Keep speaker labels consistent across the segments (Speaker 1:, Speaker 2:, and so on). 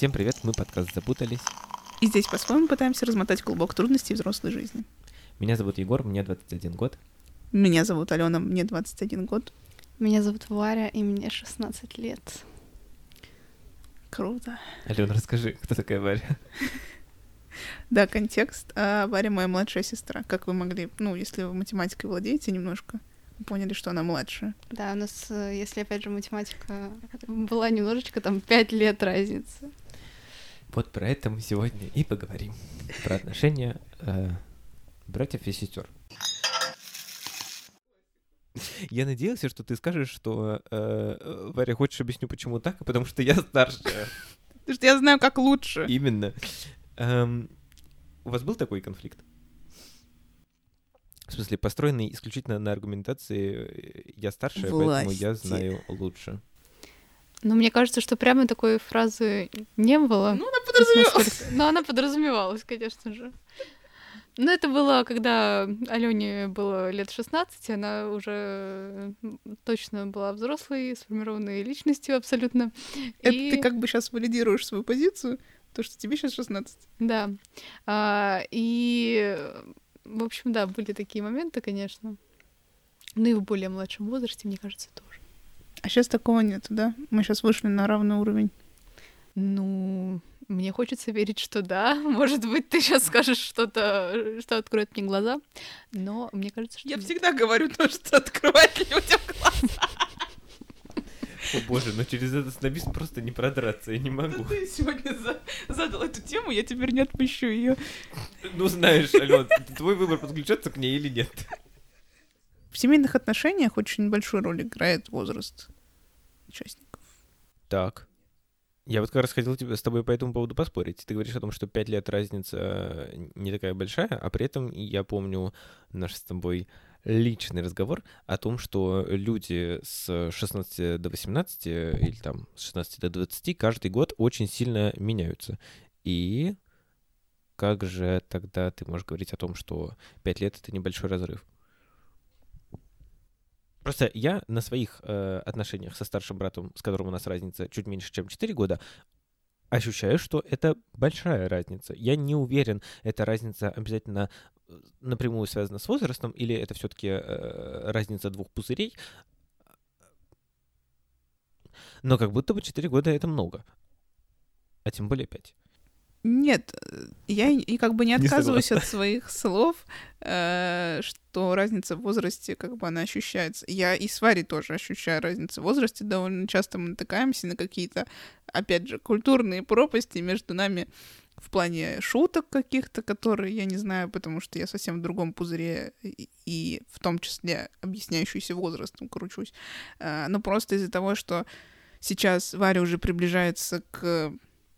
Speaker 1: Всем привет, мы подкаст «Запутались».
Speaker 2: И здесь по-своему пытаемся размотать клубок трудностей взрослой жизни.
Speaker 1: Меня зовут Егор, мне 21 год.
Speaker 2: Меня зовут Алена, мне 21 год.
Speaker 3: Меня зовут Варя, и мне 16 лет.
Speaker 2: Круто.
Speaker 1: Алена, расскажи, кто такая Варя?
Speaker 2: Да, контекст. Варя моя младшая сестра. Как вы могли, если вы математикой владеете немножко, поняли, что она младшая.
Speaker 3: Да, у нас, если опять же математика была немножечко, там 5 лет разницы.
Speaker 1: Вот про это мы сегодня и поговорим. Про отношения братьев и сестер. Я надеялся, что ты скажешь, что Варя, хочешь объясню, почему так, потому что я старшая.
Speaker 2: Потому что я знаю, как лучше.
Speaker 1: Именно. У вас был такой конфликт? В смысле, построенный исключительно на аргументации «я старшая, поэтому я знаю лучше».
Speaker 3: Но мне кажется, что прямо такой фразы не было.
Speaker 2: Ну, она подразумевалась.
Speaker 3: Но она подразумевалась, конечно же. Но это было, когда Алёне было лет 16, она уже точно была взрослой, сформированной личностью абсолютно.
Speaker 2: Это ты как бы сейчас валидируешь свою позицию, то, что тебе сейчас 16.
Speaker 3: Да. И, в общем, да, были такие моменты, конечно. Ну и в более младшем возрасте, мне кажется, тоже.
Speaker 2: А сейчас такого нет, да? Мы сейчас вышли на равный уровень.
Speaker 3: Ну, мне хочется верить, что да. Может быть, ты сейчас скажешь что-то, что откроет мне глаза. Но мне кажется, что
Speaker 2: Я
Speaker 3: нет.
Speaker 2: всегда говорю то, что открывает людям глаза.
Speaker 1: О боже, но через этот снобизм просто не продраться, я не могу.
Speaker 2: Ты сегодня задал эту тему, я теперь не отпущу ее.
Speaker 1: Ну, знаешь, Алён, твой выбор, подключаться к ней или нет.
Speaker 2: В семейных отношениях очень большую роль играет возраст участников.
Speaker 1: Так. Я вот как раз хотел с тобой по этому поводу поспорить. Ты говоришь о том, что 5 лет разница не такая большая, а при этом я помню наш с тобой личный разговор о том, что люди с 16 до 18 или там с 16 до 20 каждый год очень сильно меняются. И как же тогда ты можешь говорить о том, что 5 лет — это небольшой разрыв? Просто я на своих отношениях со старшим братом, с которым у нас разница чуть меньше, чем 4 года, ощущаю, что это большая разница. Я не уверен, эта разница обязательно напрямую связана с возрастом, или это все-таки разница двух пузырей. Но как будто бы 4 года — это много. А тем более 5.
Speaker 2: Нет, я и как бы не
Speaker 1: Не
Speaker 2: отказываюсь
Speaker 1: согласна.
Speaker 2: от своих слов, что разница в возрасте, как бы она ощущается. Я и с Варей тоже ощущаю разницу в возрасте. Довольно часто мы натыкаемся на какие-то, опять же, культурные пропасти между нами в плане шуток каких-то, которые я не знаю, потому что я совсем в другом пузыре, и в том числе объясняющийся возрастом кручусь. Но просто из-за того, что сейчас Варя уже приближается к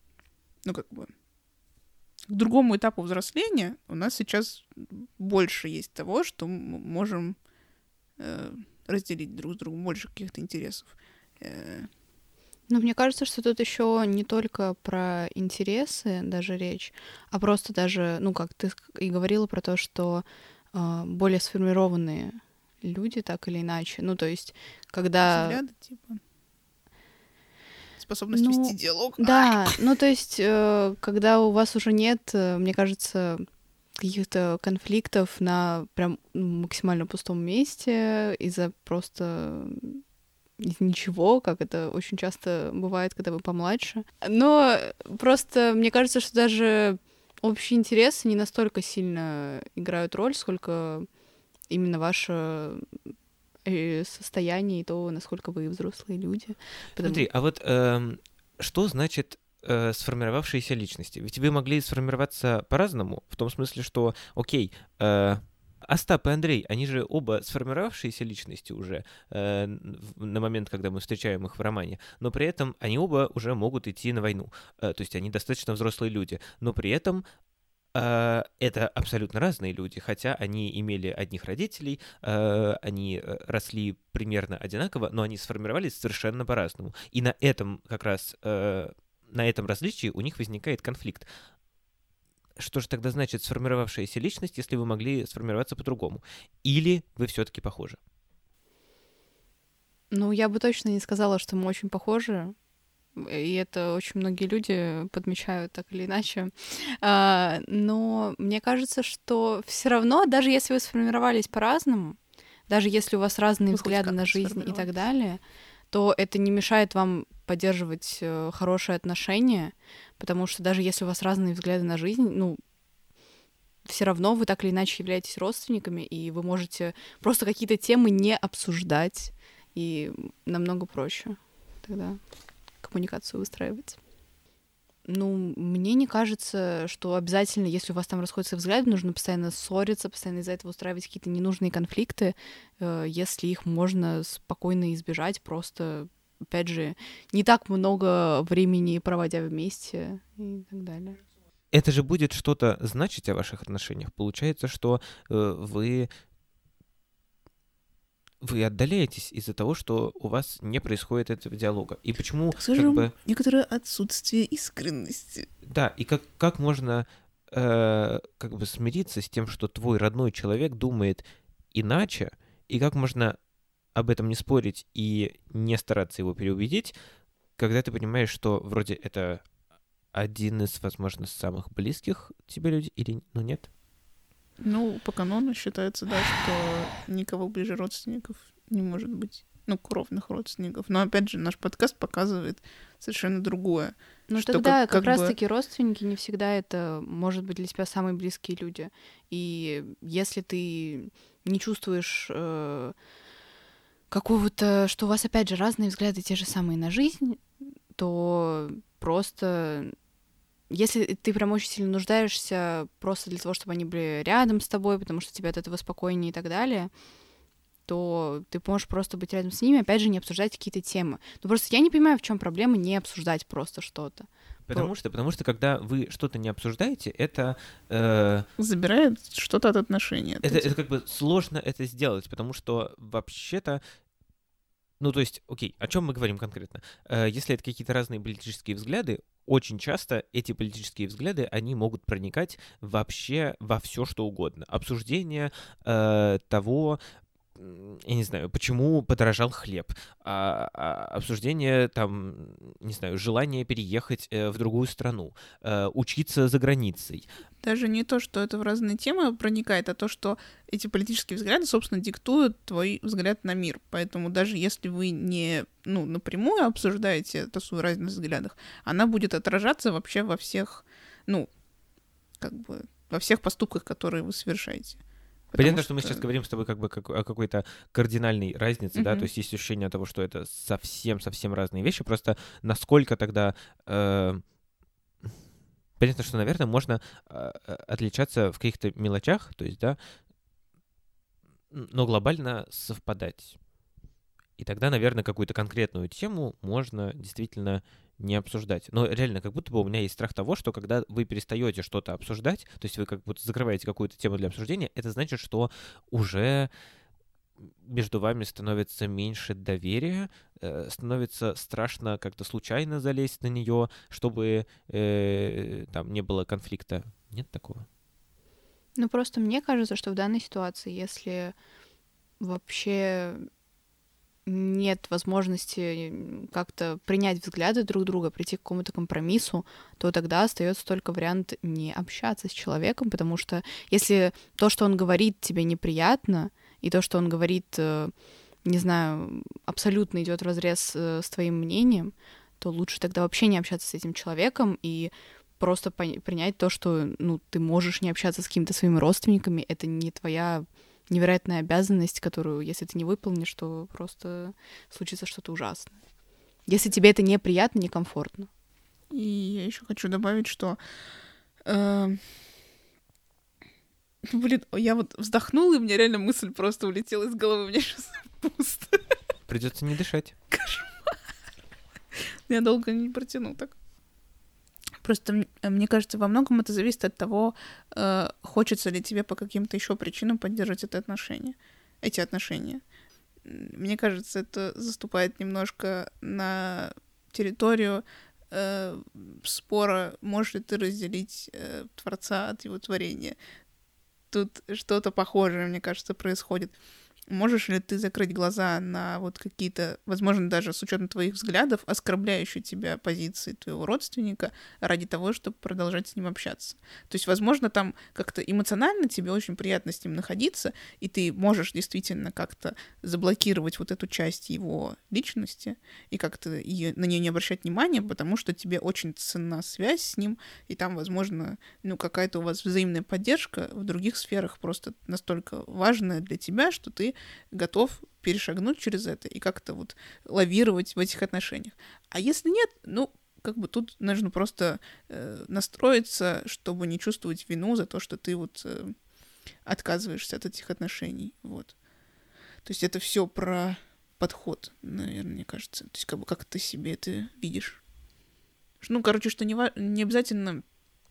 Speaker 2: другому этапу взросления, у нас сейчас больше есть того, что мы можем разделить друг с другом, больше каких-то интересов.
Speaker 3: Но мне кажется, что тут еще не только про интересы даже речь, а просто даже, как ты и говорила про то, что более сформированные люди, так или иначе. Ну, то есть, когда...
Speaker 2: Взгляды, типа. Способность вести диалог.
Speaker 3: Да, то есть, когда у вас уже нет, мне кажется, каких-то конфликтов на прям максимально пустом месте из-за просто из ничего, как это очень часто бывает, когда вы помладше. Но просто мне кажется, что даже общие интересы не настолько сильно играют роль, сколько именно ваше состояние и то, насколько вы взрослые люди.
Speaker 1: Смотри, а вот что значит сформировавшиеся личности? Ведь вы могли сформироваться по-разному, в том смысле, что, окей, Остап и Андрей, они же оба сформировавшиеся личности уже на момент, когда мы встречаем их в романе, но при этом они оба уже могут идти на войну. То есть они достаточно взрослые люди, но при этом это абсолютно разные люди, хотя они имели одних родителей, они росли примерно одинаково, но они сформировались совершенно по-разному. И на этом как раз, на этом различии у них возникает конфликт. Что же тогда значит сформировавшаяся личность, если вы могли сформироваться по-другому? Или вы все-таки похожи?
Speaker 3: Я бы точно не сказала, что мы очень похожи. И это очень многие люди подмечают так или иначе. Но мне кажется, что все равно, даже если вы сформировались по-разному, даже если у вас разные
Speaker 2: Вы хоть
Speaker 3: взгляды на
Speaker 2: как-то
Speaker 3: жизнь и так
Speaker 2: сформировались.
Speaker 3: далее, то это не мешает вам поддерживать хорошие отношения, потому что даже если у вас разные взгляды на жизнь, ну, все равно вы так или иначе являетесь родственниками, и вы можете просто какие-то темы не обсуждать, и намного проще тогда коммуникацию выстраивать. Ну, мне не кажется, что обязательно, если у вас там расходятся взгляды, нужно постоянно ссориться, постоянно из-за этого устраивать какие-то ненужные конфликты, если их можно спокойно избежать, просто, опять же, не так много времени проводя вместе и так далее.
Speaker 1: Это же будет что-то значить о ваших отношениях. Получается, что вы отдаляетесь из-за того, что у вас не происходит этого диалога. И почему,
Speaker 2: Скажем, некоторое отсутствие искренности.
Speaker 1: Да, и как можно как бы смириться с тем, что твой родной человек думает иначе, и как можно об этом не спорить и не стараться его переубедить, когда ты понимаешь, что вроде это один из, возможно, самых близких тебе людей, или, ну, нет?
Speaker 2: Ну, по канону считается, да, что никого ближе родственников не может быть. Ну, кровных родственников. Но, опять же, наш подкаст показывает совершенно другое.
Speaker 3: Ну,
Speaker 2: что
Speaker 3: тогда как
Speaker 2: бы-
Speaker 3: раз-таки родственники не всегда это, может быть, для тебя самые близкие люди. И если ты не чувствуешь какого-то, что у вас, опять же, разные взгляды, те же самые на жизнь, то просто... Если ты прям очень сильно нуждаешься просто для того, чтобы они были рядом с тобой, потому что тебе от этого спокойнее и так далее, то ты можешь просто быть рядом с ними, опять же, не обсуждать какие-то темы. Ну, просто я не понимаю, в чем проблема не обсуждать просто что-то.
Speaker 1: Потому что когда вы что-то не обсуждаете, это...
Speaker 2: Забирает что-то от отношений.
Speaker 1: Это как бы сложно это сделать, потому что вообще-то... Ну, то есть, окей, о чем мы говорим конкретно? Если это какие-то разные политические взгляды, очень часто эти политические взгляды, они могут проникать вообще во все, что угодно. Обсуждение того, я не знаю, почему подорожал хлеб, обсуждение, там, не знаю, желание переехать в другую страну, учиться за границей.
Speaker 2: Даже не то, что это в разные темы проникает, а то, что эти политические взгляды, собственно, диктуют твой взгляд на мир. Поэтому даже если вы не, ну, напрямую обсуждаете эту свою разность в взглядах, она будет отражаться вообще во всех, ну, как бы, во всех поступках, которые вы совершаете.
Speaker 1: Понятно, что мы сейчас говорим с тобой как бы о какой-то кардинальной разнице, да, то есть есть ощущение того, что это совсем-совсем разные вещи, просто насколько тогда... Понятно, что, наверное, можно отличаться в каких-то мелочах, то есть, да, но глобально совпадать. И тогда, наверное, какую-то конкретную тему можно действительно не обсуждать. Но реально, как будто бы у меня есть страх того, что когда вы перестаете что-то обсуждать, то есть вы как будто закрываете какую-то тему для обсуждения, это значит, что уже между вами становится меньше доверия, становится страшно как-то случайно залезть на нее, чтобы там не было конфликта. Нет такого?
Speaker 3: Ну, просто мне кажется, что в данной ситуации, если вообще нет возможности как-то принять взгляды друг друга, прийти к какому-то компромиссу, то тогда остается только вариант не общаться с человеком, потому что если то, что он говорит, тебе неприятно, и то, что он говорит, не знаю, абсолютно идет вразрез с твоим мнением, то лучше тогда вообще не общаться с этим человеком и просто принять то, что, ну, ты можешь не общаться с какими-то своими родственниками, это не твоя невероятная обязанность, которую, если ты не выполнишь, то просто случится что-то ужасное. Если тебе это неприятно, некомфортно.
Speaker 2: И я еще хочу добавить, что блин, я вот вздохнула, и у меня реально мысль просто улетела из головы, у меня сейчас пусто.
Speaker 1: Придется не дышать.
Speaker 2: Кошмар. Я долго не протяну так. Просто, мне кажется, во многом это зависит от того, хочется ли тебе по каким-то еще причинам поддерживать эти отношения. Мне кажется, это заступает немножко на территорию спора, можешь ли ты разделить Творца от его творения. Тут что-то похожее, мне кажется, происходит. можешь ли ты закрыть глаза на вот какие-то, возможно, даже с учетом твоих взглядов, оскорбляющие тебя позиции твоего родственника ради того, чтобы продолжать с ним общаться. То есть, возможно, там как-то эмоционально тебе очень приятно с ним находиться, и ты можешь действительно как-то заблокировать вот эту часть его личности и как-то на нее не обращать внимания, потому что тебе очень ценна связь с ним, и там, возможно, ну, какая-то у вас взаимная поддержка в других сферах просто настолько важная для тебя, что ты готов перешагнуть через это и как-то вот лавировать в этих отношениях. А если нет, ну, как бы тут нужно просто настроиться, чтобы не чувствовать вину за то, что ты вот отказываешься от этих отношений, вот. То есть это все про подход, наверное, мне кажется. То есть как ты себе это видишь. Ну, короче, что не обязательно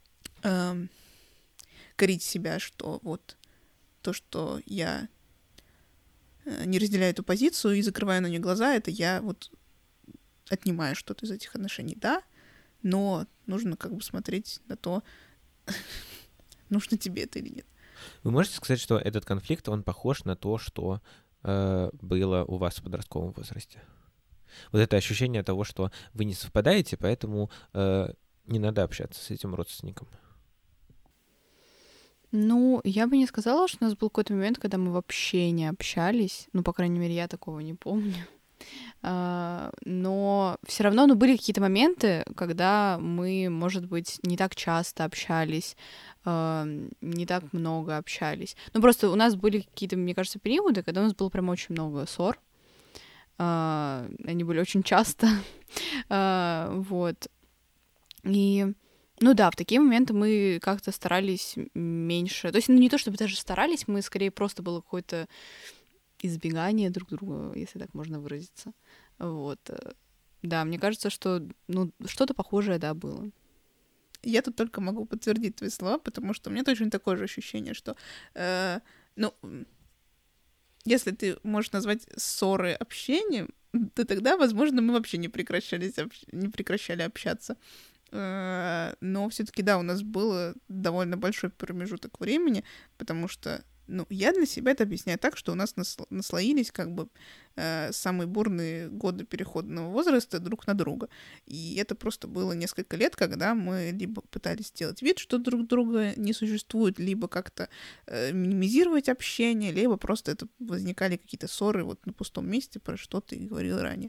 Speaker 2: корить себя, что вот то, что я не разделяю эту позицию и закрываю на нее глаза, это я вот отнимаю что-то из этих отношений, да, но нужно как бы смотреть на то, нужно тебе это или нет.
Speaker 1: Вы можете сказать, что этот конфликт, он похож на то, что было у вас в подростковом возрасте? Вот это ощущение того, что вы не совпадаете, поэтому не надо общаться с этим родственником.
Speaker 3: Ну, я бы не сказала, что у нас был какой-то момент, когда мы вообще не общались. Ну, по крайней мере, я такого не помню. Но все равно, ну, были какие-то моменты, когда мы, может быть, не так часто общались, не так много общались. Ну, просто у нас были какие-то, мне кажется, периоды, когда у нас было прям очень много ссор. Они были очень часто. Вот. И... Ну да, в такие моменты мы как-то старались меньше... То есть, ну не то чтобы даже старались, мы скорее просто было какое-то избегание друг друга, если так можно выразиться. Вот. Да, мне кажется, что ну, что-то похожее, да, было.
Speaker 2: Я тут только могу подтвердить твои слова, потому что у меня точно такое же ощущение, что... ну, если ты можешь назвать ссоры общением, то тогда, возможно, мы вообще не прекращали общаться. Но все-таки, да, у нас был довольно большой промежуток времени, потому что, ну, я для себя это объясняю так, что у нас наслоились как бы самые бурные годы переходного возраста друг на друга. И это просто было несколько лет, когда мы либо пытались сделать вид, что друг друга не существует, либо как-то минимизировать общение, либо просто это возникали какие-то ссоры вот на пустом месте, про что ты говорил ранее.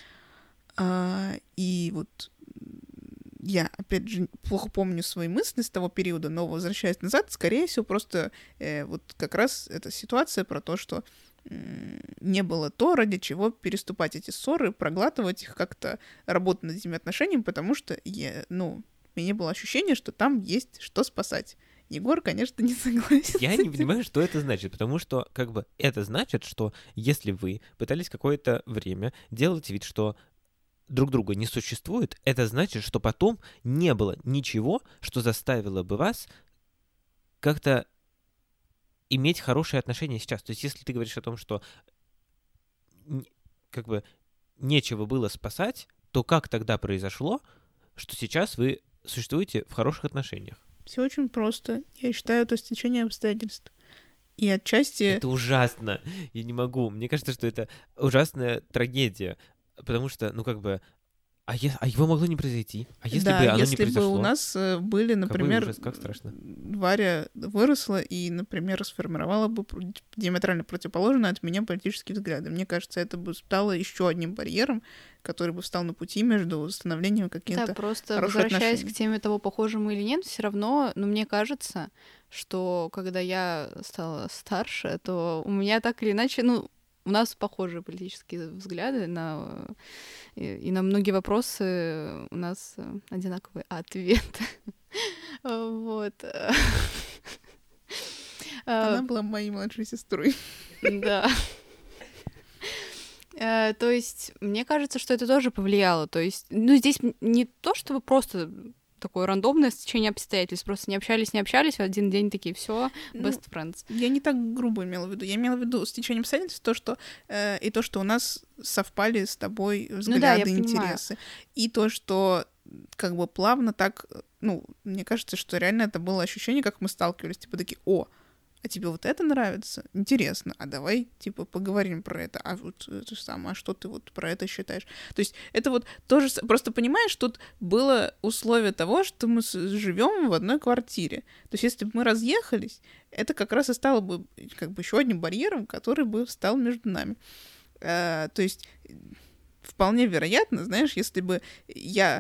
Speaker 2: И вот я, опять же, плохо помню свои мысли с того периода, но возвращаясь назад, скорее всего, просто вот как раз эта ситуация про то, что не было то, ради чего переступать эти ссоры, проглатывать их, как-то работать над этими отношениями, потому что у меня не было ощущения, что там есть что спасать. Егор, конечно, не согласен.
Speaker 1: Я не понимаю, что это значит, потому что, как бы, это значит, что если вы пытались какое-то время делать вид, что друг друга не существует, это значит, что потом не было ничего, что заставило бы вас как-то иметь хорошие отношения сейчас. То есть если ты говоришь о том, что как бы нечего было спасать, то как тогда произошло, что сейчас вы существуете в хороших отношениях?
Speaker 2: Все очень просто. Я считаю, это стечение обстоятельств. И отчасти...
Speaker 1: Это ужасно. Я не могу. Мне кажется, что это ужасная трагедия. Потому что, ну, как бы, его могло не произойти. А если
Speaker 2: да,
Speaker 1: бы оно
Speaker 2: если
Speaker 1: не произошло?
Speaker 2: бы у нас были, например,
Speaker 1: ужас, как страшно.
Speaker 2: Варя выросла и, например, сформировала бы диаметрально противоположные от меня политические взгляды. Мне кажется, это бы стало еще одним барьером, который бы встал на пути между становлением каких-то
Speaker 3: Да, просто
Speaker 2: хороших
Speaker 3: возвращаясь
Speaker 2: отношений.
Speaker 3: к теме того, похожи мы или нет, все равно, ну, мне кажется, что когда я стала старше, то у меня так или иначе, ну, у нас похожие политические взгляды и на многие вопросы у нас одинаковые ответы. Вот.
Speaker 2: Она была моей младшей сестрой.
Speaker 3: Да. То есть, мне кажется, что это тоже повлияло. То есть, ну, здесь не то, чтобы просто такое рандомное стечение обстоятельств. Просто не общались, в один день такие, все, best friends.
Speaker 2: Я не так грубо имела в виду. Я имела в виду стечение обстоятельств, то, что у нас совпали с тобой взгляды, интересы.
Speaker 3: Понимаю.
Speaker 2: И то, что как бы плавно так, ну, мне кажется, что реально это было ощущение, как мы сталкивались, типа такие, а тебе вот это нравится? Интересно, а давай, типа, поговорим про это. А вот это самое, а что ты вот про это считаешь? То есть это вот тоже... Просто понимаешь, тут было условие того, что мы живем в одной квартире. То есть если бы мы разъехались, это как раз и стало бы как бы еще одним барьером, который бы встал между нами. То есть вполне вероятно, знаешь, если бы я...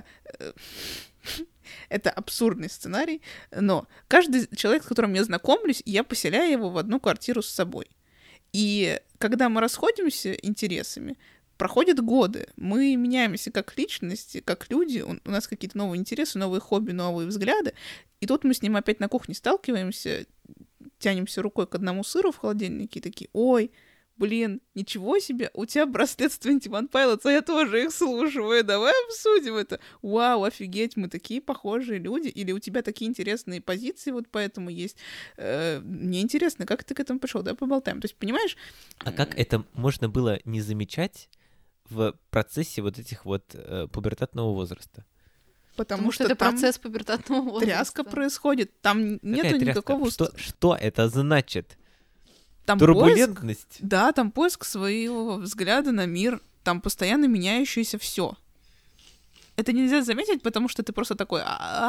Speaker 2: Это абсурдный сценарий, но каждый человек, с которым я знакомлюсь, я поселяю его в одну квартиру с собой. И когда мы расходимся интересами, проходят годы, мы меняемся как личности, как люди, у нас какие-то новые интересы, новые хобби, новые взгляды, и тут мы с ним опять на кухне сталкиваемся, тянемся рукой к одному сыру в холодильнике и такие: ой, блин, ничего себе, у тебя браслет с 21 Pilots, а я тоже их слушаю, давай обсудим это. Вау, офигеть, мы такие похожие люди, или у тебя такие интересные позиции, вот поэтому есть. Мне интересно, как ты к этому пришел, давай поболтаем. То есть, понимаешь?
Speaker 1: А как это можно было не замечать в процессе вот этих вот пубертатного возраста?
Speaker 2: Потому что
Speaker 3: это
Speaker 2: там
Speaker 3: процесс пубертатного возраста.
Speaker 2: Тряска происходит, там нету никакого...
Speaker 1: Что это значит?
Speaker 2: Там
Speaker 1: турбулентность?
Speaker 2: Поиск, да, там поиск своего взгляда на мир, там постоянно меняющееся все. Это нельзя заметить, потому что ты просто такой: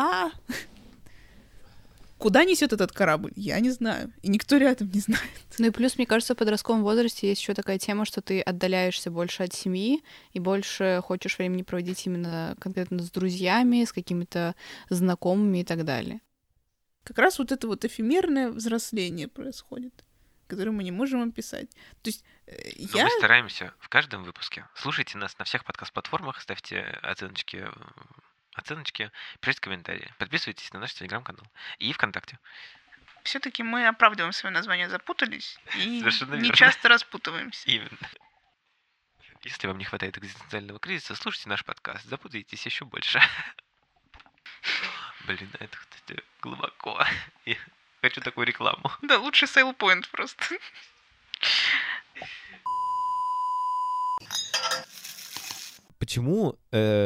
Speaker 2: куда несет этот корабль? Я не знаю. И никто рядом не знает.
Speaker 3: Ну и плюс, мне кажется, в подростковом возрасте есть еще такая тема, что ты отдаляешься больше от семьи и больше хочешь времени проводить именно конкретно с друзьями, с какими-то знакомыми и так далее.
Speaker 2: Как раз вот это вот эфемерное взросление происходит, которое мы не можем описать. То есть
Speaker 1: мы стараемся в каждом выпуске. Слушайте нас на всех подкаст-платформах, ставьте оценочки, пишите комментарии, подписывайтесь на наш телеграм-канал и ВКонтакте.
Speaker 2: Все-таки мы оправдываем свое название, запутались и
Speaker 1: Совершенно
Speaker 2: не
Speaker 1: верно.
Speaker 2: часто распутываемся.
Speaker 1: Именно. Если вам не хватает экзистенциального кризиса, слушайте наш подкаст, запутаетесь еще больше. Блин, это, кстати, глубоко. Я хочу такую рекламу.
Speaker 2: Да, лучше sale point просто.
Speaker 1: Почему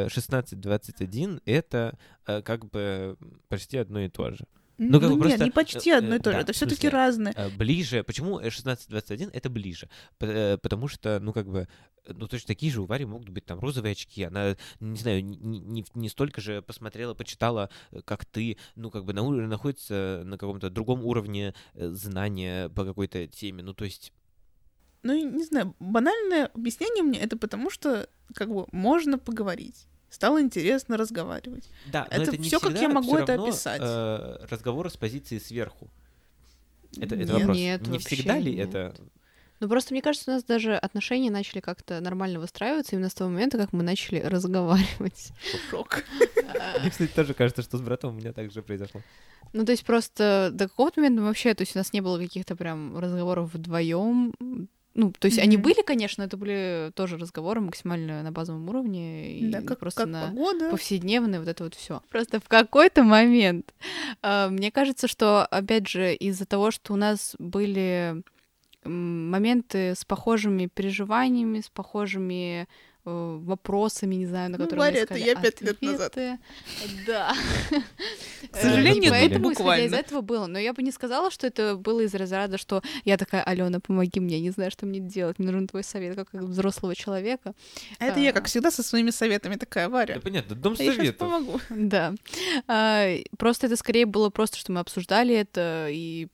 Speaker 1: 16-21 это как бы почти одно и то же?
Speaker 2: Ну, как бы нет, просто, не почти одно и то же, это все-таки разное.
Speaker 1: Ближе. Почему 16-21 это ближе? Потому что, ну, как бы, ну, точно такие же у Вари могут быть там розовые очки. Она, не знаю, не столько же посмотрела, почитала, как ты, ну, как бы находится на каком-то другом уровне знания по какой-то теме. Ну, то есть...
Speaker 2: Ну, не знаю, банальное объяснение мне это потому, что, как бы, можно поговорить. Стало интересно разговаривать.
Speaker 1: Да,
Speaker 2: это
Speaker 1: но это не
Speaker 2: все, как я могу это
Speaker 1: равно,
Speaker 2: описать.
Speaker 1: Разговор с позиции сверху. Это
Speaker 3: нет,
Speaker 1: вопрос.
Speaker 3: Нет,
Speaker 1: не всегда ли
Speaker 3: нет.
Speaker 1: это?
Speaker 3: Ну, просто, мне кажется, у нас даже отношения начали как-то нормально выстраиваться именно с того момента, как мы начали разговаривать.
Speaker 2: Шок.
Speaker 1: Мне, кстати, тоже кажется, что с братом у меня так же произошло.
Speaker 3: Ну, то есть просто до какого-то момента вообще, то есть у нас не было каких-то прям разговоров вдвоем. Ну, то есть они были, конечно, это были тоже разговоры максимально на базовом уровне, и
Speaker 2: да,
Speaker 3: просто
Speaker 2: как
Speaker 3: на
Speaker 2: погода.
Speaker 3: повседневные, вот это вот все. Просто в какой-то момент мне кажется, что, опять же, из-за того, что у нас были моменты с похожими переживаниями, с похожими вопросами, не знаю, на которые
Speaker 2: Варя,
Speaker 3: мы искали
Speaker 2: это я 5
Speaker 3: ответы.
Speaker 2: лет назад.
Speaker 3: Да.
Speaker 2: К сожалению,
Speaker 3: поэтому,
Speaker 2: это буквально.
Speaker 3: исходя из этого было. Но я бы не сказала, что это было из разряда, что я такая: Алена, помоги мне, не знаю, что мне делать, мне нужен твой совет, как взрослого человека.
Speaker 2: А это я, как всегда, со своими советами такая: Варя.
Speaker 1: Да понятно, дом
Speaker 2: я сейчас
Speaker 1: советов.
Speaker 2: помогу.
Speaker 3: Да. Просто это скорее было просто, что мы обсуждали это, и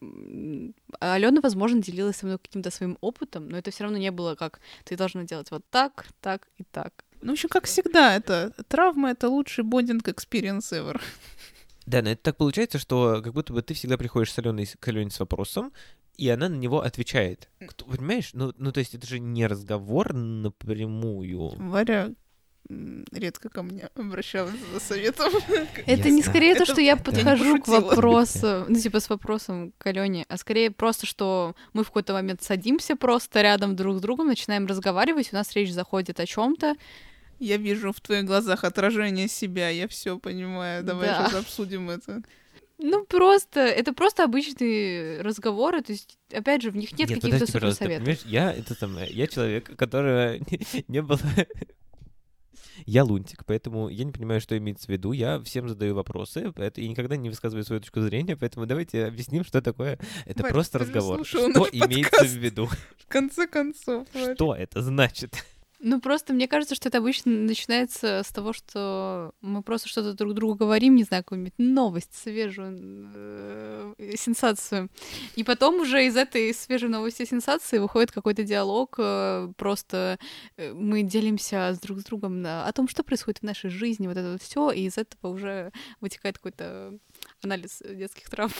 Speaker 3: Алена, возможно, делилась со мной каким-то своим опытом, но это все равно не было как ты должна делать вот так, так и так.
Speaker 2: Ну, в общем, как всегда, это травма — это лучший bonding experience ever.
Speaker 1: Да, но это так получается, что как будто бы ты всегда приходишь к Алене с вопросом, и она на него отвечает. Понимаешь? Ну, то есть это же не разговор напрямую.
Speaker 2: Варя редко ко мне обращалась за советом.
Speaker 3: Это не скорее то, что я подхожу к
Speaker 2: пошутила.
Speaker 3: вопросу, ну, типа, с вопросом к Алёне, а скорее просто, что мы в какой-то момент садимся просто рядом друг с другом, начинаем разговаривать, у нас речь заходит о чем-то.
Speaker 2: Я вижу в твоих глазах отражение себя, я все понимаю. Давай
Speaker 3: Да.
Speaker 2: сейчас обсудим это.
Speaker 3: Ну, просто, это просто обычные разговоры, то есть, опять же, в них нет каких-то
Speaker 1: подожди, пожалуйста,
Speaker 3: суперсоветов.
Speaker 1: понимаешь, я человек, у которого не было Я лунтик, поэтому я не понимаю, что имеется в виду. Я всем задаю вопросы и никогда не высказываю свою точку зрения, поэтому давайте объясним, что такое. Это
Speaker 2: Варя,
Speaker 1: просто
Speaker 2: ты же
Speaker 1: разговор.
Speaker 2: слушала
Speaker 1: Что
Speaker 2: наш
Speaker 1: имеется
Speaker 2: подкаст.
Speaker 1: в виду?
Speaker 2: В конце концов, Варя.
Speaker 1: Что это значит?
Speaker 3: Ну, просто мне кажется, что это обычно начинается с того, что мы просто что-то друг другу говорим, не знаю, какую-нибудь новость, свежую сенсацию. И потом уже из этой свежей новости, сенсации выходит какой-то диалог, просто мы делимся друг с другом о том, что происходит в нашей жизни, вот это вот все, и из этого уже вытекает какой-то анализ детских травм.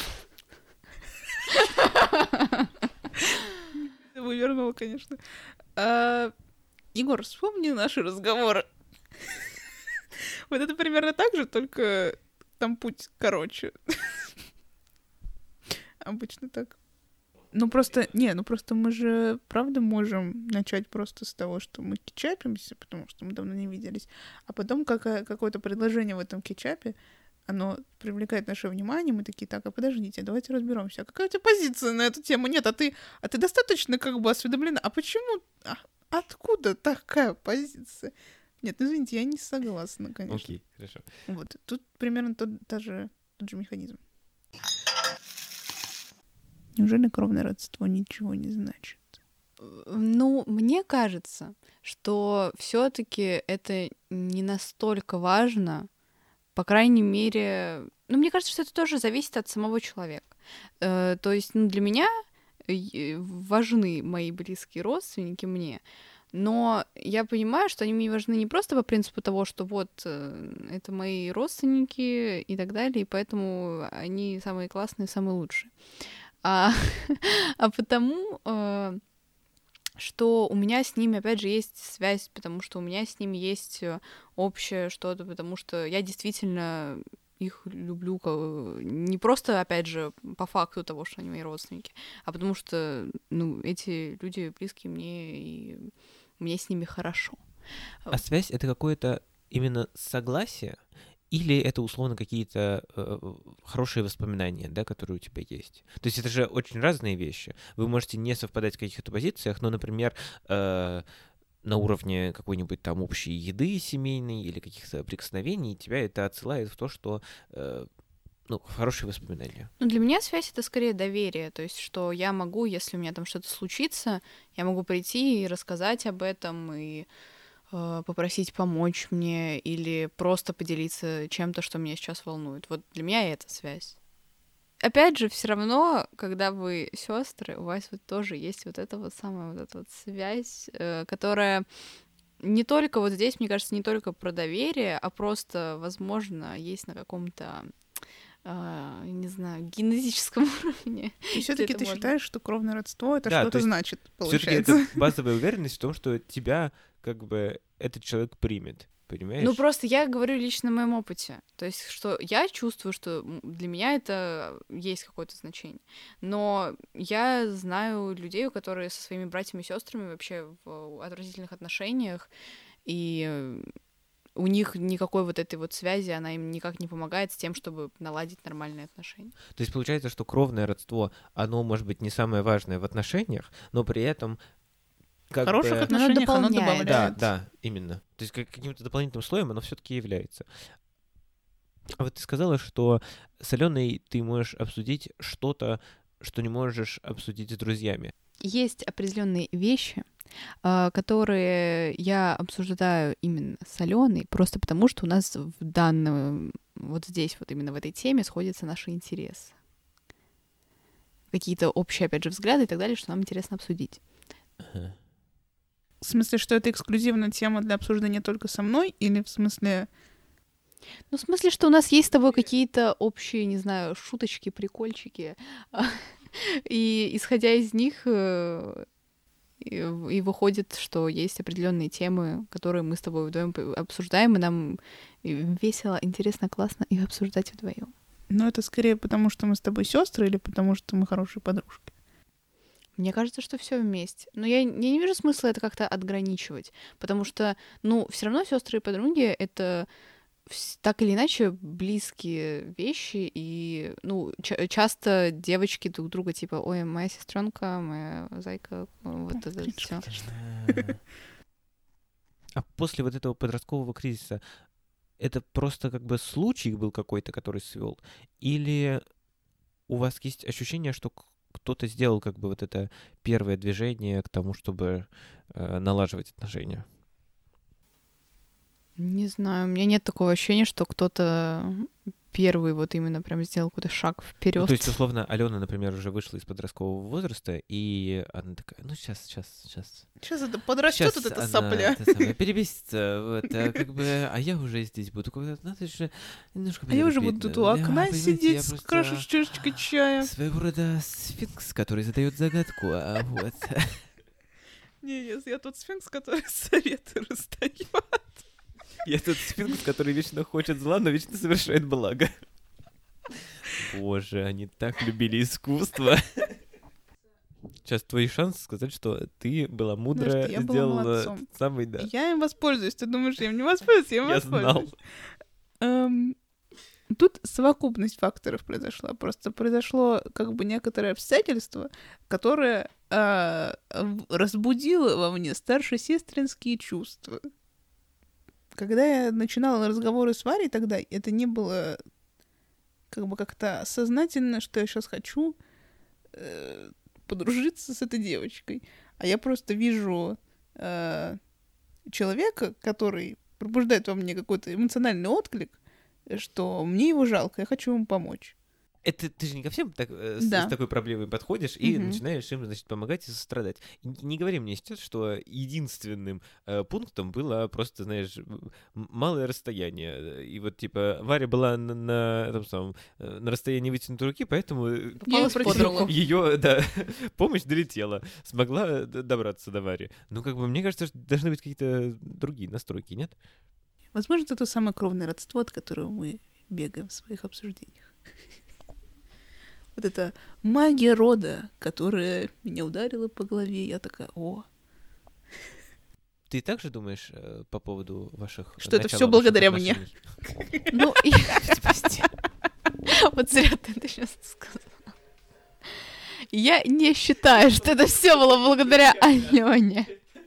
Speaker 2: Ты вывернула, конечно. Егор, вспомни наши разговоры. Вот это примерно так же, только там путь короче. Обычно так. Ну просто мы же правда можем начать просто с того, что мы кетчапимся, потому что мы давно не виделись, а потом какое-то предложение в этом кетчапе, оно привлекает наше внимание, мы такие, так, а подождите, давайте разберемся. А какая у тебя позиция на эту тему? Нет, а ты достаточно как бы осведомлена. А почему? Откуда такая позиция? Нет, извините, я не согласна, конечно.
Speaker 1: Окей, хорошо.
Speaker 2: Вот, тут примерно тот же механизм. Неужели кровное родство ничего не значит?
Speaker 3: Ну, мне кажется, что все-таки это не настолько важно, по крайней мере, ну, мне кажется, что это тоже зависит от самого человека. То есть, ну, для меня важны мои близкие родственники мне, но я понимаю, что они мне важны не просто по принципу того, что вот это мои родственники и так далее, и поэтому они самые классные, самые лучшие. А потому, что у меня с ними, опять же, есть связь, потому что у меня с ними есть общее что-то, потому что я действительно их люблю не просто, опять же, по факту того, что они мои родственники, а потому что, ну, эти люди близкие мне, и мне с ними хорошо.
Speaker 1: А связь — это какое-то именно согласие? Или это условно какие-то хорошие воспоминания, да, которые у тебя есть? То есть это же очень разные вещи. Вы можете не совпадать в каких-то позициях, но, например, на уровне какой-нибудь там общей еды семейной или каких-то прикосновений тебя это отсылает в то, что хорошие воспоминания.
Speaker 3: Ну, для меня связь — это скорее доверие, то есть что я могу, если у меня там что-то случится, я могу прийти и рассказать об этом, и попросить помочь мне или просто поделиться чем-то, что меня сейчас волнует. Вот для меня это связь. Опять же, все равно, когда вы сестры, у вас вот тоже есть вот эта вот самая вот эта вот связь, которая не только вот здесь, мне кажется, не только про доверие, а просто, возможно, есть на каком-то не знаю, генетическом уровне.
Speaker 2: И все-таки ты считаешь, что кровное родство это
Speaker 1: да,
Speaker 2: что-то значит, получается?
Speaker 1: Все-таки это базовая уверенность в том, что тебя как бы этот человек примет. Понимаешь?
Speaker 3: Ну, просто я говорю лично на моем опыте. То есть, что я чувствую, что для меня это есть какое-то значение. Но я знаю людей, которые со своими братьями и сестрами вообще в отвратительных отношениях, и у них никакой вот этой вот связи, она им никак не помогает с тем, чтобы наладить нормальные отношения.
Speaker 1: То есть получается, что кровное родство, оно может быть не самое важное в отношениях, но при этом
Speaker 2: в хороших отношениях оно добавляет.
Speaker 1: Да, именно. То есть каким-то дополнительным слоем оно все-таки является. А вот ты сказала, что с Аленой ты можешь обсудить что-то, что не можешь обсудить с друзьями.
Speaker 3: Есть определенные вещи, которые я обсуждаю именно с Аленой, просто потому что у нас в данном, вот здесь, вот именно в этой теме сходятся наши интересы. Какие-то общие, опять же, взгляды и так далее, что нам интересно обсудить.
Speaker 1: Ага.
Speaker 2: В смысле, что это эксклюзивная тема для обсуждения только со мной? Или в смысле...
Speaker 3: Ну, в смысле, что у нас есть с тобой какие-то общие, не знаю, шуточки, прикольчики, и исходя из них и выходит, что есть определенные темы, которые мы с тобой вдвоем обсуждаем, и нам весело, интересно, классно их обсуждать вдвоем.
Speaker 2: Но это скорее потому, что мы с тобой сестры, или потому, что мы хорошие подружки?
Speaker 3: Мне кажется, что все вместе. Но я не вижу смысла это как-то отграничивать, потому что, ну, все равно сестры и подруги — это так или иначе близкие вещи, и, ну, часто девочки друг друга типа, ой, моя сестренка, моя зайка, вот это все.
Speaker 1: А после вот этого подросткового кризиса это просто как бы случай был какой-то, который свел? Или у вас есть ощущение, что кто-то сделал как бы вот это первое движение к тому, чтобы налаживать отношения?
Speaker 3: Не знаю, у меня нет такого ощущения, что кто-то первый вот именно прям сделал какой-то шаг
Speaker 1: Ну,
Speaker 3: вперед.
Speaker 1: то есть, условно, Алена, например, уже вышла из подросткового возраста, и она такая, ну, сейчас.
Speaker 2: Сейчас это подрастет, вот эта сопля.
Speaker 1: Перебесится, вот, как бы, а я уже здесь буду, надо же немножко
Speaker 2: А я уже
Speaker 1: потерпеть,
Speaker 2: буду тут
Speaker 1: да.
Speaker 2: у
Speaker 1: Да,
Speaker 2: окна
Speaker 1: понимаете,
Speaker 2: сидеть
Speaker 1: я
Speaker 2: с
Speaker 1: просто
Speaker 2: крашей чашечкой чая.
Speaker 1: своего рода сфинкс, который задает загадку, а вот.
Speaker 2: Не, я тот сфинкс, который советы раздает.
Speaker 1: Я тот сфинкс, который вечно хочет зла, но вечно совершает благо. Боже, они так любили искусство. Сейчас твой шанс сказать, что ты была мудрая,
Speaker 2: что я была
Speaker 1: сделала
Speaker 2: молодцом.
Speaker 1: самый, да.
Speaker 2: Я им воспользуюсь. Ты думаешь, я им не воспользуюсь? Я им
Speaker 1: Я знал.
Speaker 2: воспользуюсь. Тут совокупность факторов произошла. Просто произошло как бы некоторое обстоятельство, которое разбудило во мне старшесестринские чувства. Когда я начинала разговоры с Варей тогда, это не было как бы как-то сознательно, что я сейчас хочу подружиться с этой девочкой. А я просто вижу человека, который пробуждает во мне какой-то эмоциональный отклик, что мне его жалко, я хочу ему помочь.
Speaker 1: Это ты же не ко всем так,
Speaker 2: Да.
Speaker 1: с такой проблемой подходишь и
Speaker 3: Мгм.
Speaker 1: начинаешь им, значит, помогать и сострадать. Не говори мне сейчас, что единственным пунктом было просто, знаешь, малое расстояние. И вот, типа, Варя была на этом самом, на расстоянии вытянутой руки, поэтому
Speaker 2: Попалась под руку.
Speaker 1: ее, да, помощь долетела, смогла добраться до Вари. Ну, как бы, мне кажется, что должны быть какие-то другие настройки, нет?
Speaker 2: Возможно, это то самое кровное родство, от которого мы бегаем в своих обсуждениях. Вот это магия рода, которая меня ударила по голове. Я такая, о,
Speaker 1: Ты также думаешь по поводу ваших...
Speaker 2: Что это
Speaker 1: начала
Speaker 2: всё
Speaker 1: ваших
Speaker 2: благодаря мне?
Speaker 1: отношений?
Speaker 3: Ну, и... Вот зря ты это сейчас сказала. Я не считаю, что это все было благодаря Алене.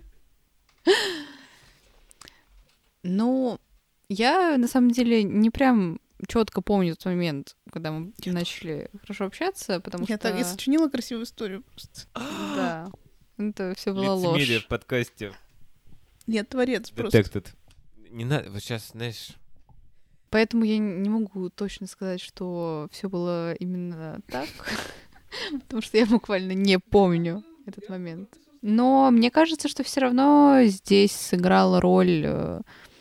Speaker 3: Ну, я на самом деле не прям четко помню тот момент, когда мы начали хорошо общаться, потому
Speaker 2: я
Speaker 3: что...
Speaker 2: так и сочинила красивую историю просто.
Speaker 3: Да, это все было
Speaker 1: Лицемерие
Speaker 3: ложь.
Speaker 1: в подкасте.
Speaker 2: Нет, творец просто.
Speaker 1: Detected. Не надо, вот сейчас, знаешь...
Speaker 3: Поэтому я не могу точно сказать, что все было именно так, потому что я буквально не помню этот момент. Но мне кажется, что все равно здесь сыграла роль,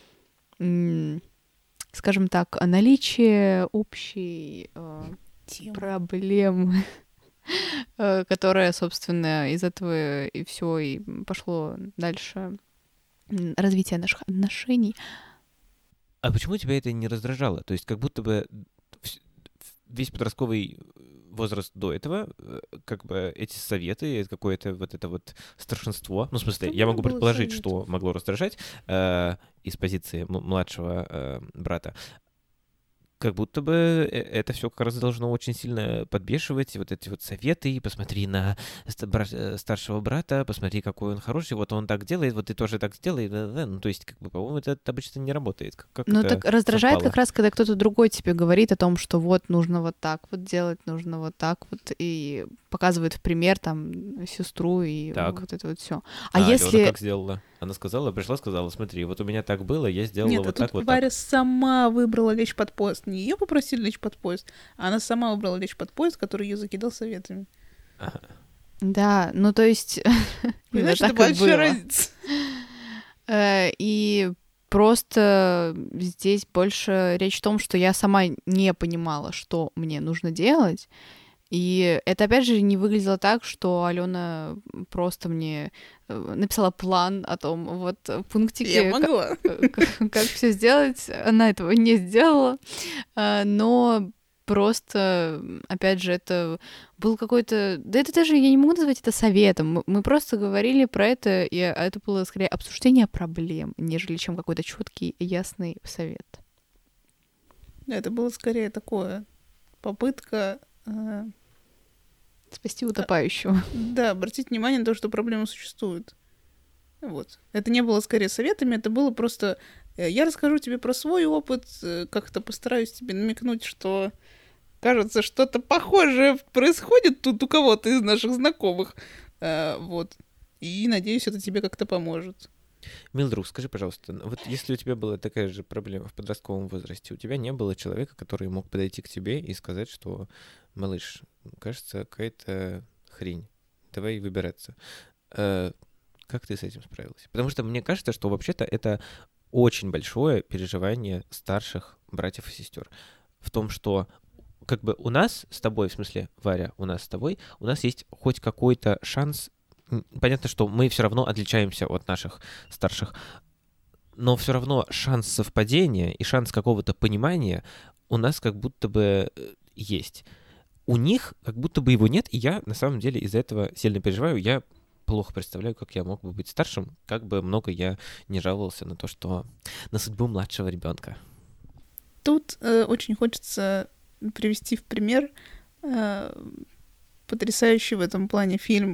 Speaker 3: скажем так, наличие общей
Speaker 2: Тема.
Speaker 3: проблемы, которая, собственно, из этого и все и пошло дальше развитие наших отношений.
Speaker 1: А почему тебя это не раздражало? То есть как будто бы весь подростковый возраст до этого, как бы эти советы, какое-то вот это вот старшинство, ну, в смысле,
Speaker 2: Что
Speaker 1: я могу
Speaker 2: было
Speaker 1: предположить,
Speaker 2: советов?
Speaker 1: что могло раздражать из позиции младшего брата, как будто бы это все как раз должно очень сильно подбешивать, вот эти вот советы, посмотри на старшего брата, посмотри, какой он хороший, вот он так делает, вот ты тоже так сделай, ну, то есть, как бы, по-моему, это обычно не работает. Как
Speaker 3: Ну,
Speaker 1: это
Speaker 3: так раздражает
Speaker 1: совпало?
Speaker 3: как раз, когда кто-то другой тебе говорит о том, что вот нужно вот так вот делать, нужно вот так вот, и показывает в пример там сестру и
Speaker 1: Так.
Speaker 3: вот это вот все.
Speaker 1: А
Speaker 3: А
Speaker 1: Алёна
Speaker 3: если...
Speaker 1: как сделала? Она сказала, пришла, сказала, смотри, вот у меня так было, я сделала
Speaker 2: Нет,
Speaker 1: вот
Speaker 2: а
Speaker 1: так,
Speaker 2: тут
Speaker 1: вот
Speaker 2: Варя
Speaker 1: так.
Speaker 2: сама выбрала лечь под поезд. Не ее попросили лечь под поезд, а она сама выбрала лечь под поезд, который ее закидал советами.
Speaker 1: Ага.
Speaker 3: Да, ну то есть... именно
Speaker 2: Понимаешь, это
Speaker 3: так и
Speaker 2: большая
Speaker 3: было.
Speaker 2: разница.
Speaker 3: И просто здесь больше речь в том, что я сама не понимала, что мне нужно делать. И это, опять же, не выглядело так, что Алена просто мне написала план о том, вот пунктики,
Speaker 2: Я могла.
Speaker 3: как все сделать. Она этого не сделала. Но просто, опять же, это был какой-то... Да это даже, я не могу назвать это советом. Мы просто говорили про это, и это было скорее обсуждение проблем, нежели чем какой-то четкий, ясный совет.
Speaker 2: Да, это было скорее такое попытка
Speaker 3: Спасти утопающего.
Speaker 2: да, обратить внимание на то, что проблемы существуют. Вот. Это не было скорее советами, это было просто... Я расскажу тебе про свой опыт, как-то постараюсь тебе намекнуть, что, кажется, что-то похожее происходит тут у кого-то из наших знакомых. Вот. И надеюсь, это тебе как-то поможет.
Speaker 1: Милдруг, скажи, пожалуйста, вот если у тебя была такая же проблема в подростковом возрасте, у тебя не было человека, который мог подойти к тебе и сказать, что, малыш, кажется, какая-то хрень, давай выбираться. Как ты с этим справилась? Потому что мне кажется, что вообще-то это очень большое переживание старших братьев и сестер в том, что как бы у нас с тобой, в смысле, Варя, у нас с тобой, у нас есть хоть какой-то шанс. Понятно, что мы все равно отличаемся от наших старших, но все равно шанс совпадения и шанс какого-то понимания у нас как будто бы есть. У них как будто бы его нет, и я на самом деле из-за этого сильно переживаю. Я плохо представляю, как я мог бы быть старшим, как бы много я не жаловался на то, что на судьбу младшего ребенка.
Speaker 2: Тут очень хочется привести в пример потрясающий в этом плане фильм,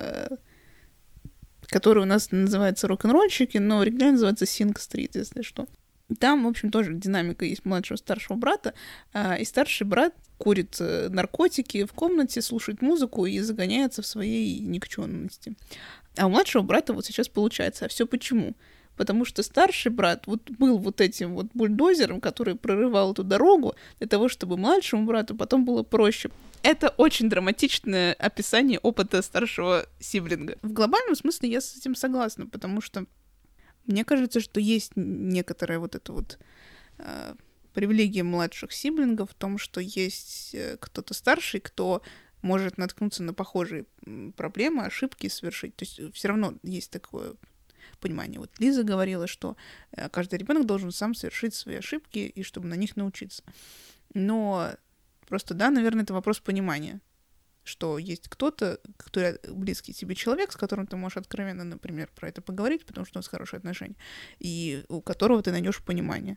Speaker 2: который у нас называется «Рок-н-ролльщики», но оригинально называется «Синг-стрит», если что. Там, в общем, тоже динамика есть младшего старшего брата, и старший брат курит наркотики в комнате, слушает музыку и загоняется в своей никчемности. А у младшего брата вот сейчас получается. А все почему? Потому что старший брат вот был вот этим вот бульдозером, который прорывал эту дорогу для того, чтобы младшему брату потом было проще. Это очень драматичное описание опыта старшего сиблинга. В глобальном смысле я с этим согласна, потому что мне кажется, что есть некоторая вот эта вот привилегия младших сиблингов в том, что есть кто-то старший, кто может наткнуться на похожие проблемы, ошибки совершить. То есть все равно есть такое понимание. Вот Лиза говорила, что каждый ребенок должен сам совершить свои ошибки и чтобы на них научиться. Но просто, да, наверное, это вопрос понимания, что есть кто-то, кто близкий тебе человек, с которым ты можешь откровенно, например, про это поговорить, потому что у нас хорошие отношения, и у которого ты найдешь понимание.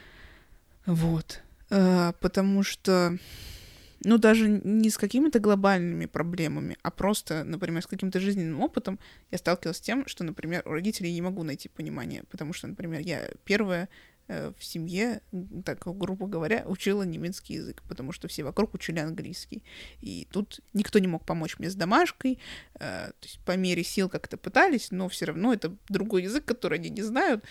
Speaker 2: Вот. Потому что, ну, даже не с какими-то глобальными проблемами, а просто, например, с каким-то жизненным опытом я сталкивалась с тем, что, например, у родителей не могу найти понимание, потому что, например, я первая в семье, так грубо говоря, учила немецкий язык, потому что все вокруг учили английский. И тут никто не мог помочь мне с домашкой, то есть по мере сил как-то пытались, но все равно это другой язык, который они не знают.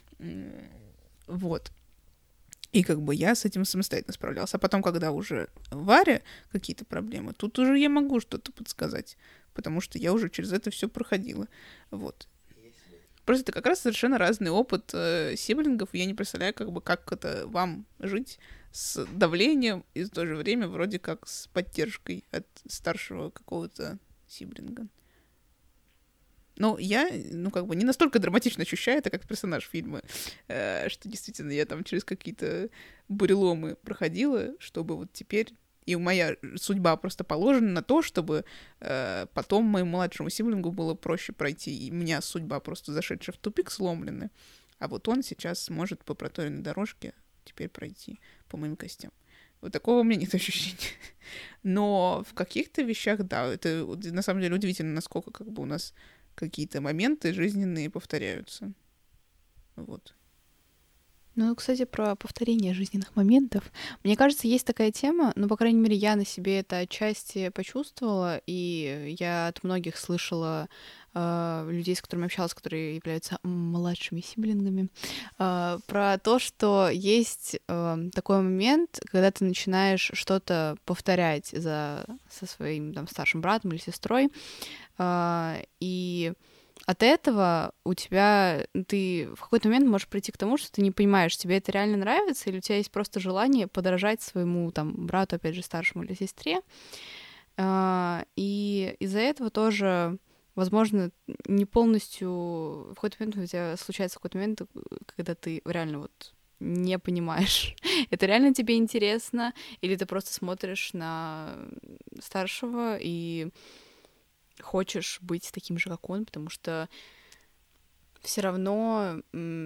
Speaker 2: Вот. И как бы я с этим самостоятельно справлялась. А потом, когда уже Варя какие-то проблемы, тут уже я могу что-то подсказать, потому что я уже через это все проходила. Вот. Просто это как раз совершенно разный опыт сиблингов. Я не представляю, как это вам жить с давлением и в то же время вроде как с поддержкой от старшего какого-то сиблинга. Но я, не настолько драматично ощущаю это, как персонаж фильма, что действительно я там через какие-то буреломы проходила, чтобы вот теперь... И моя судьба просто положена на то, чтобы потом моему младшему сиблингу было проще пройти. И у меня судьба просто зашедшая в тупик сломленная. А вот он сейчас сможет по проторенной дорожке теперь пройти по моим костям. Вот такого у меня нет ощущения. Но в каких-то вещах, да, это на самом деле удивительно, насколько как бы у нас какие-то моменты жизненные повторяются. Вот.
Speaker 3: Ну, кстати, про повторение жизненных моментов. Мне кажется, есть такая тема, ну, по крайней мере, я на себе это отчасти почувствовала, и я от многих слышала людей, с которыми общалась, которые являются младшими сиблингами, про то, что есть такой момент, когда ты начинаешь что-то повторять со своим там старшим братом или сестрой, и от этого у тебя ты в какой-то момент можешь прийти к тому, что ты не понимаешь, тебе это реально нравится, или у тебя есть просто желание подражать своему там брату, опять же, старшему или сестре. И из-за этого тоже, возможно, не полностью в какой-то момент у тебя случается какой-то момент, когда ты реально вот не понимаешь, это реально тебе интересно, или ты просто смотришь на старшего и хочешь быть таким же, как он, потому что все равно,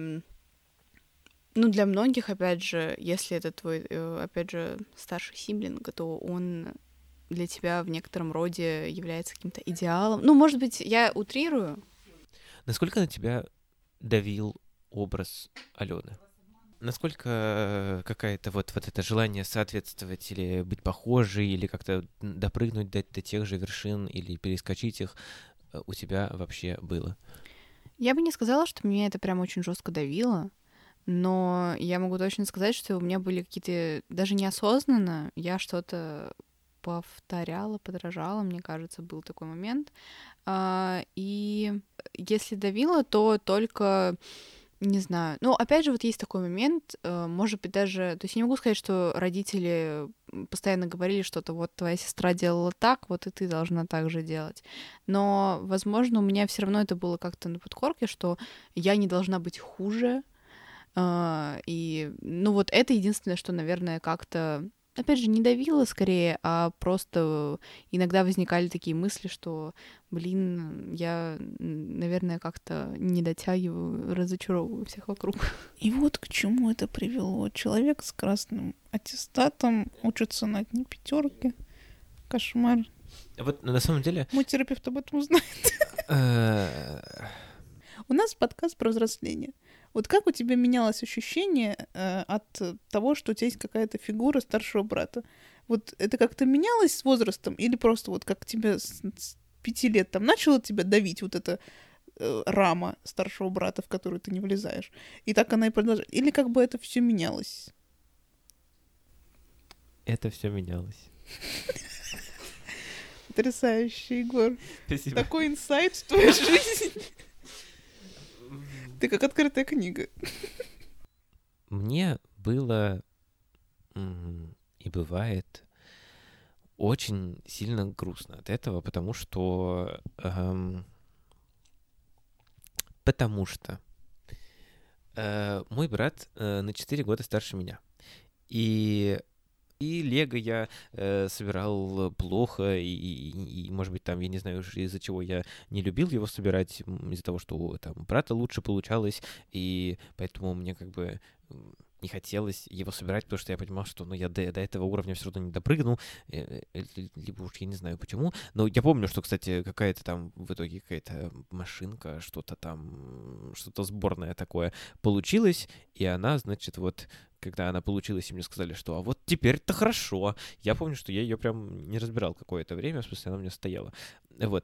Speaker 3: для многих, опять же, если это твой, опять же, старший сиблинг, то он для тебя в некотором роде является каким-то идеалом. Ну, может быть, я утрирую.
Speaker 1: Насколько на тебя давил образ Алены? Насколько какая-то вот это желание соответствовать или быть похожей, или как-то допрыгнуть до тех же вершин, или перескочить их, у тебя вообще было?
Speaker 3: Я бы не сказала, что меня это прям очень жестко давило, но я могу точно сказать, что у меня были какие-то, даже неосознанно, я что-то повторяла, подражала, мне кажется, был такой момент. И если давило, то только, не знаю, ну, опять же, вот есть такой момент, может быть, даже, то есть я не могу сказать, что родители постоянно говорили что-то, вот твоя сестра делала так, вот и ты должна так же делать. Но, возможно, у меня все равно это было как-то на подкорке, что я не должна быть хуже, и, ну, вот это единственное, что, наверное, как-то, опять же, не давило скорее, а просто иногда возникали такие мысли, что, блин, я, наверное, как-то не дотягиваю, разочаровываю всех вокруг.
Speaker 2: И вот к чему это привело. Человек с красным аттестатом учится на одни пятерки. Кошмар.
Speaker 1: Вот на самом деле...
Speaker 2: Мой терапевт об этом знает. У нас подкаст про взросление. Вот как у тебя менялось ощущение от того, что у тебя есть какая-то фигура старшего брата? Вот это как-то менялось с возрастом? Или просто вот как тебя с 5 лет там начало тебя давить вот эта рама старшего брата, в которую ты не влезаешь? И так она и продолжает. Или как бы это все менялось?
Speaker 1: Это все менялось.
Speaker 2: Потрясающе, Егор.
Speaker 1: Спасибо.
Speaker 2: Такой инсайт в твою жизнь. Ты как открытая книга.
Speaker 1: Мне было и бывает очень сильно грустно от этого, потому что мой брат на 4 года старше меня. И Лего я собирал плохо, и, может быть, там, я не знаю уж из-за чего я не любил его собирать, из-за того, что там у брата лучше получалось, и поэтому мне как бы не хотелось его собирать, потому что я понимал, что я до этого уровня все равно не допрыгнул, либо уж я не знаю почему. Но я помню, что, кстати, какая-то там в итоге какая-то машинка, что-то там, что-то сборное такое получилось, и она, значит, вот когда она получилась, и мне сказали, что а вот теперь-то хорошо. Я помню, что я ее прям не разбирал какое-то время, в смысле, она у меня стояла. Вот.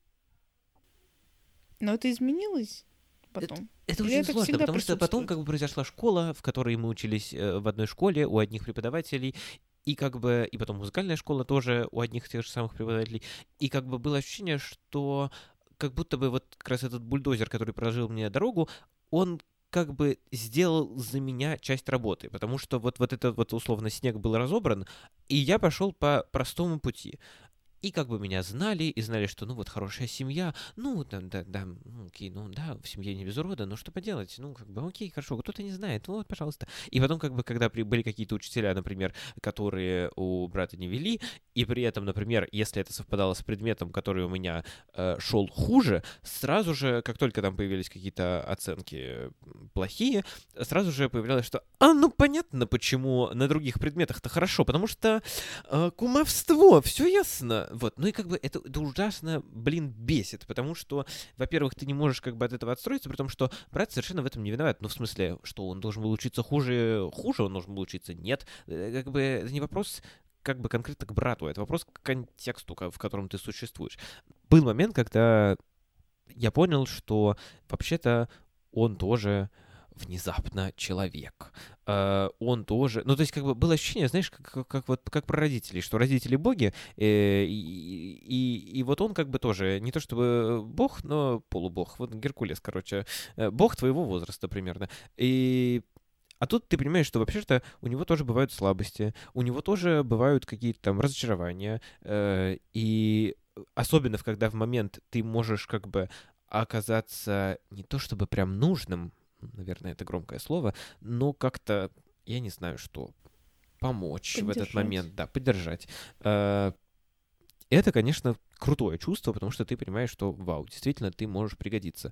Speaker 2: Но это изменилось потом?
Speaker 1: Это очень сложно, потому что потом как бы произошла школа, в которой мы учились в одной школе у одних преподавателей, и как бы, и потом музыкальная школа тоже у одних тех же самых преподавателей, и как бы было ощущение, что как будто бы вот как раз этот бульдозер, который проложил мне дорогу, он как бы сделал за меня часть работы, потому что вот этот вот условно снег был разобран, и я пошел по простому пути. И как бы меня знали, и знали, что, ну, вот, хорошая семья, ну, да, окей, ну, да, в семье не без урода, но что поделать, ну, как бы, окей, хорошо, кто-то не знает, ну, вот, пожалуйста. И потом, как бы, когда были какие-то учителя, например, которые у брата не вели, и при этом, например, если это совпадало с предметом, который у меня шел хуже, сразу же, как только там появились какие-то оценки плохие, сразу же появлялось, что, ну, понятно, почему на других предметах-то хорошо, потому что кумовство, все ясно. Вот, ну и как бы это ужасно, бесит, потому что, во-первых, ты не можешь как бы от этого отстроиться, при том, что брат совершенно в этом не виноват. Ну, в смысле, что он должен был учиться хуже он должен был учиться, нет. Как бы это не вопрос как бы конкретно к брату, это вопрос к контексту, в котором ты существуешь. Был момент, когда я понял, что вообще-то он тоже внезапно человек. Он тоже... Ну, то есть, как бы было ощущение, знаешь, как про родителей, что родители боги, и вот он как бы тоже, не то чтобы бог, но полубог. Вот Геркулес, короче, бог твоего возраста примерно. А тут ты понимаешь, что вообще-то у него тоже бывают слабости, у него тоже бывают какие-то там разочарования, и особенно, когда в момент ты можешь как бы оказаться не то чтобы прям нужным, наверное, это громкое слово, но как-то, я не знаю, что, помочь в этот момент, да, поддержать. Это, конечно, крутое чувство, потому что ты понимаешь, что, вау, действительно, ты можешь пригодиться.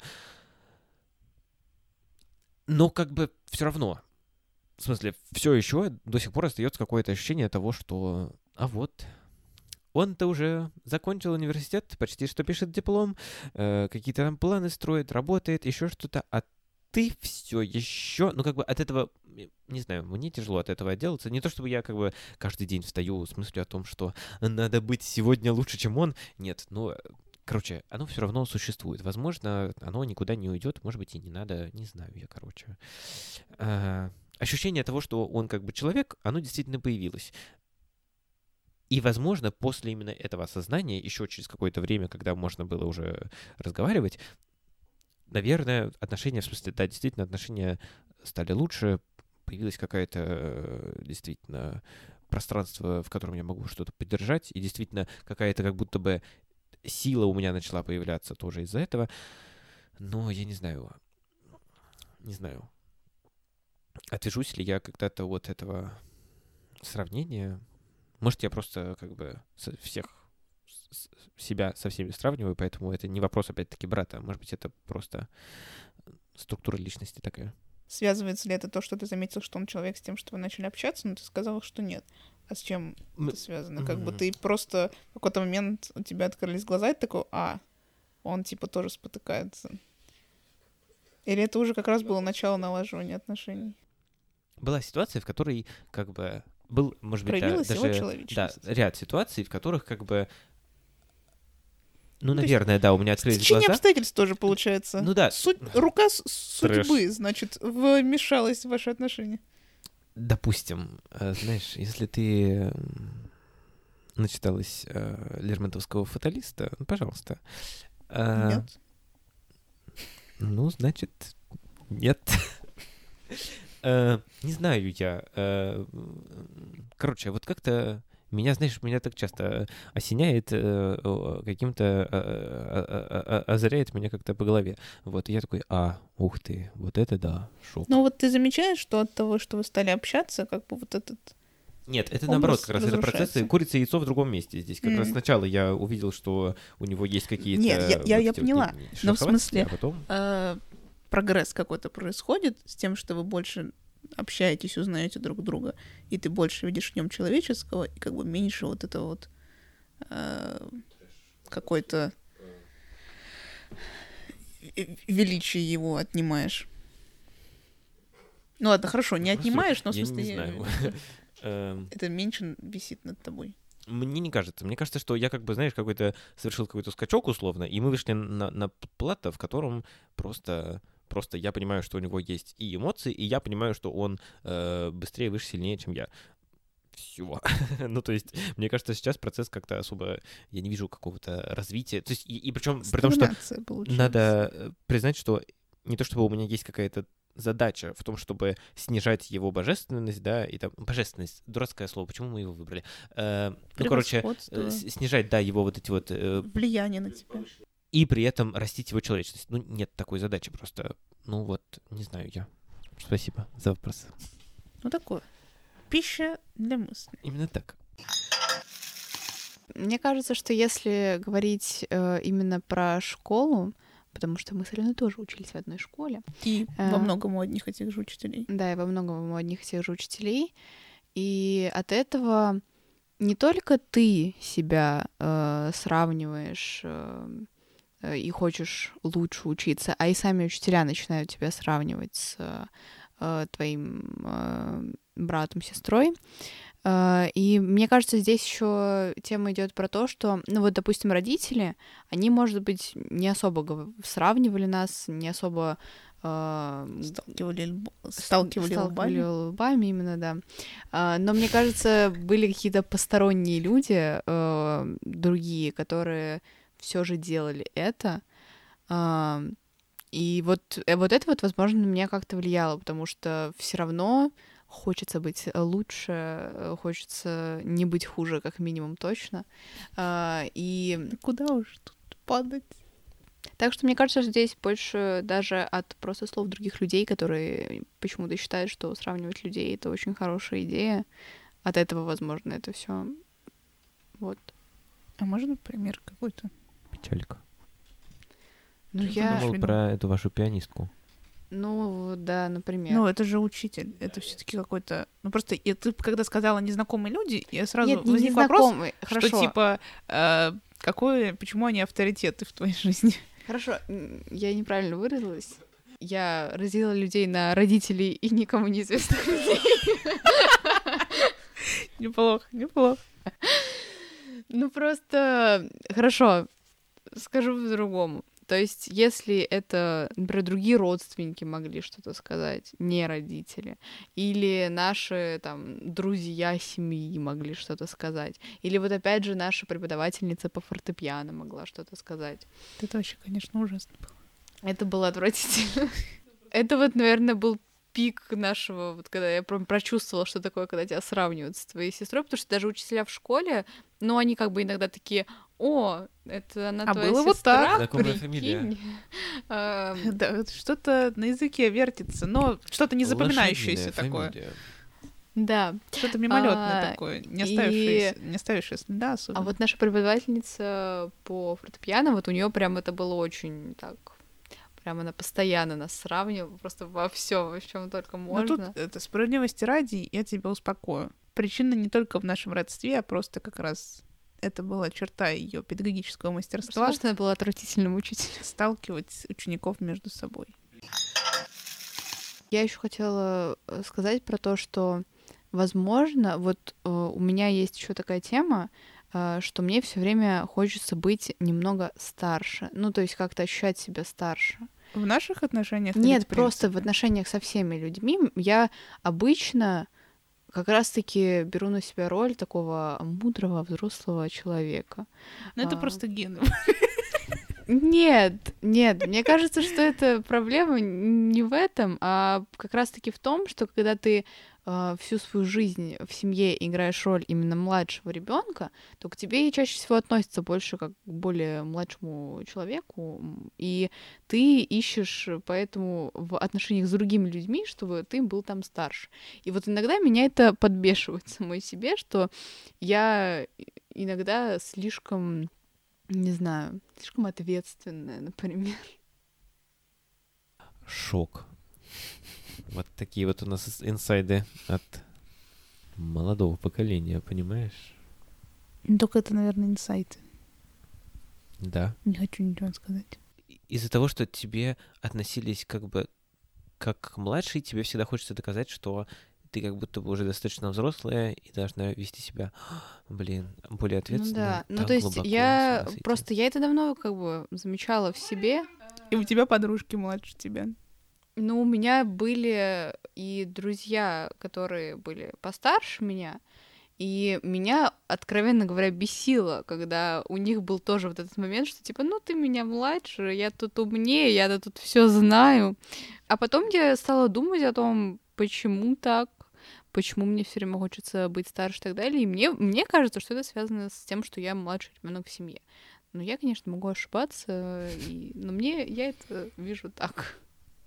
Speaker 1: Но как бы все равно, в смысле, все еще до сих пор остается какое-то ощущение того, что, он-то уже закончил университет, почти что пишет диплом, какие-то там планы строит, работает, еще что-то, а ты все еще, ну, как бы от этого, не знаю, мне тяжело от этого отделаться. Не то, чтобы я как бы каждый день встаю с мыслью о том, что надо быть сегодня лучше, чем он. Нет, ну, короче, оно все равно существует. Возможно, оно никуда не уйдет, может быть, и не надо, не знаю я, короче. Ощущение того, что он как бы человек, оно действительно появилось. И, возможно, после именно этого осознания, еще через какое-то время, когда можно было уже разговаривать, наверное, отношения, в смысле, да, действительно, отношения стали лучше, появилась какая-то действительно пространство, в котором я могу что-то поддержать, и действительно какая-то как будто бы сила у меня начала появляться тоже из-за этого. Но я не знаю, отвяжусь ли я когда-то от этого сравнения. Может, я просто как бы себя со всеми сравниваю, поэтому это не вопрос, опять-таки, брата. Может быть, это просто структура личности такая.
Speaker 2: Связывается ли это то, что ты заметил, что он человек, с тем, что вы начали общаться, но ты сказал, что нет. А с чем это связано? Как бы ты просто в какой-то момент у тебя открылись глаза, и ты такой, он типа тоже спотыкается. Или это уже как раз было начало налаживания отношений?
Speaker 1: Была ситуация, в которой как бы был, может быть,
Speaker 2: проявилась его
Speaker 1: даже
Speaker 2: человечность.
Speaker 1: ряд ситуаций, в которых как бы наверное, да, у меня открылись
Speaker 2: Течение
Speaker 1: глаза.
Speaker 2: обстоятельств тоже получается.
Speaker 1: Ну да.
Speaker 2: Рука судьбы, значит, вмешалась в ваши отношения.
Speaker 1: Допустим, знаешь, если ты начиталась Лермонтовского «Фаталиста», пожалуйста.
Speaker 2: Нет.
Speaker 1: Ну, значит, нет. Не знаю я. Короче, вот как-то меня так часто осеняет каким-то, озаряет меня как-то по голове. Вот, и я такой, ух ты, вот это да, шок.
Speaker 2: Ну вот ты замечаешь, что от того, что вы стали общаться, как бы вот этот...
Speaker 1: Нет, это наоборот, как раз это процессы курица и яйцо в другом месте здесь. Как раз сначала я увидел, что у него есть какие-то...
Speaker 2: Нет, я поняла, но в смысле
Speaker 1: потом...
Speaker 2: прогресс какой-то происходит с тем, что вы больше общаетесь, узнаете друг друга, и ты больше видишь в нем человеческого, и как бы меньше вот этого вот какой-то величие его отнимаешь. Ну ладно, хорошо, не отнимаешь, но в смысле...
Speaker 1: Я не знаю.
Speaker 2: Это меньше висит над тобой.
Speaker 1: Мне не кажется. Мне кажется, что я как бы, знаешь, совершил какой-то скачок условно, и мы вышли на плато, в котором просто я понимаю, что у него есть и эмоции, и я понимаю, что он быстрее, выше, сильнее, чем я. Все. Ну, то есть, мне кажется, сейчас процесс как-то особо... Я не вижу какого-то развития. То есть, и причем, при том, что надо признать, что не то чтобы у меня есть какая-то задача в том, чтобы снижать его божественность, да, и там... Божественность, дурацкое слово, почему мы его выбрали? Ну, короче, снижать, да, его вот эти вот...
Speaker 2: Влияние на тебя.
Speaker 1: И при этом растить его человечность. Ну, нет такой задачи просто. Ну, вот, не знаю я. Спасибо за вопрос.
Speaker 2: Ну, такое. Пища для мысли.
Speaker 1: Именно так.
Speaker 3: Мне кажется, что если говорить именно про школу, потому что мы с Аленой тоже учились в одной школе.
Speaker 2: И во многом у одних этих же учителей.
Speaker 3: Да, и во многом у одних этих же учителей. И от этого не только ты себя сравниваешь и хочешь лучше учиться, а и сами учителя начинают тебя сравнивать с твоим братом, сестрой. И мне кажется, здесь еще тема идет про то, что, ну вот, допустим, родители, они, может быть, не особо сравнивали нас, не особо
Speaker 2: сталкивали
Speaker 3: лбами, именно, да. Но мне кажется, были какие-то посторонние люди, другие, которые все же делали это. И вот это вот, возможно, на меня как-то влияло, потому что все равно хочется быть лучше, хочется не быть хуже, как минимум, точно. И
Speaker 2: куда уж тут падать?
Speaker 3: Так что мне кажется, что здесь больше даже от просто слов других людей, которые почему-то считают, что сравнивать людей — это очень хорошая идея. От этого, возможно, это все. Вот.
Speaker 2: А можно пример какой-то?
Speaker 1: Печалька.
Speaker 3: Ну,
Speaker 1: я думал про эту вашу пианистку.
Speaker 3: Ну, да, например.
Speaker 2: Ну, это же учитель. Это все-таки какой-то... Ну, просто ты когда сказала незнакомые люди, я сразу
Speaker 3: Нет, не
Speaker 2: возник вопрос,
Speaker 3: Хорошо.
Speaker 2: что типа, почему они авторитеты в твоей жизни?
Speaker 3: Хорошо, я неправильно выразилась. Я разделила людей на родителей и никому неизвестных людей.
Speaker 2: Неплохо, неплохо.
Speaker 3: Ну, просто... Хорошо, скажу по-другому. То есть, если это, например, другие родственники могли что-то сказать, не родители, или наши, там, друзья семьи могли что-то сказать, или вот опять же наша преподавательница по фортепиано могла что-то сказать.
Speaker 2: Это вообще, конечно, ужасно было.
Speaker 3: Это было отвратительно. Это вот, наверное, был пик нашего, вот когда я прочувствовала, что такое, когда тебя сравнивают с твоей сестрой, потому что даже учителя в школе, ну, они как бы иногда такие: о, это она твоя
Speaker 2: было
Speaker 3: сестра,
Speaker 2: вот так.
Speaker 1: Знакомая фамилия.
Speaker 3: прикинь.
Speaker 2: Да, что-то на языке вертится, но что-то не запоминающееся
Speaker 1: Лошадиная
Speaker 2: такое.
Speaker 1: фамилия.
Speaker 3: Да.
Speaker 2: Что-то мимолетное такое, не оставившее следа особенно.
Speaker 3: А вот наша преподавательница по фортепиано, вот у нее прям это было очень так. Прям она постоянно нас сравнивала, просто во всем, во чем только можно.
Speaker 2: Но тут, это, справедливости ради, я тебя успокою. Причина не только в нашем родстве, а просто как раз это была черта ее педагогического мастерства.
Speaker 3: Потому что она была отвратительным учителем.
Speaker 2: Сталкивать учеников между собой.
Speaker 3: Я еще хотела сказать про то, что, возможно, вот у меня есть еще такая тема, что мне все время хочется быть немного старше. Ну, то есть как-то ощущать себя старше.
Speaker 2: В наших отношениях?
Speaker 3: Нет, просто в отношениях со всеми людьми. Я обычно как раз-таки беру на себя роль такого мудрого, взрослого человека.
Speaker 2: Ну, это просто гены.
Speaker 3: Нет, мне кажется, что это проблема не в этом, а как раз-таки в том, что когда ты всю свою жизнь в семье играешь роль именно младшего ребенка, то к тебе и чаще всего относятся больше как к более младшему человеку, и ты ищешь поэтому в отношениях с другими людьми, чтобы ты был там старше. И вот иногда меня это подбешивает самой себе, что я иногда слишком, не знаю, слишком ответственная, например.
Speaker 1: Шок. Вот такие вот у нас инсайды от молодого поколения, понимаешь?
Speaker 2: Только это, наверное, инсайты.
Speaker 1: Да.
Speaker 2: Не хочу ничего сказать.
Speaker 1: Из-за того, что тебе относились как бы как к младшей, тебе всегда хочется доказать, что ты как будто бы уже достаточно взрослая и должна вести себя, более ответственно.
Speaker 3: Ну да, ну
Speaker 1: так
Speaker 3: то есть
Speaker 1: глубоко
Speaker 3: я
Speaker 1: с этим.
Speaker 3: я это давно как бы замечала в себе.
Speaker 2: И у тебя подружки младше тебя.
Speaker 3: Ну, у меня были и друзья, которые были постарше меня, и меня, откровенно говоря, бесило, когда у них был тоже вот этот момент, что типа, ну ты меня младше, я тут умнее, я тут все знаю. А потом я стала думать о том, почему так, почему мне все время хочется быть старше и так далее. И мне кажется, что это связано с тем, что я младший ребенок в семье. Но я, конечно, могу ошибаться, но я это вижу так.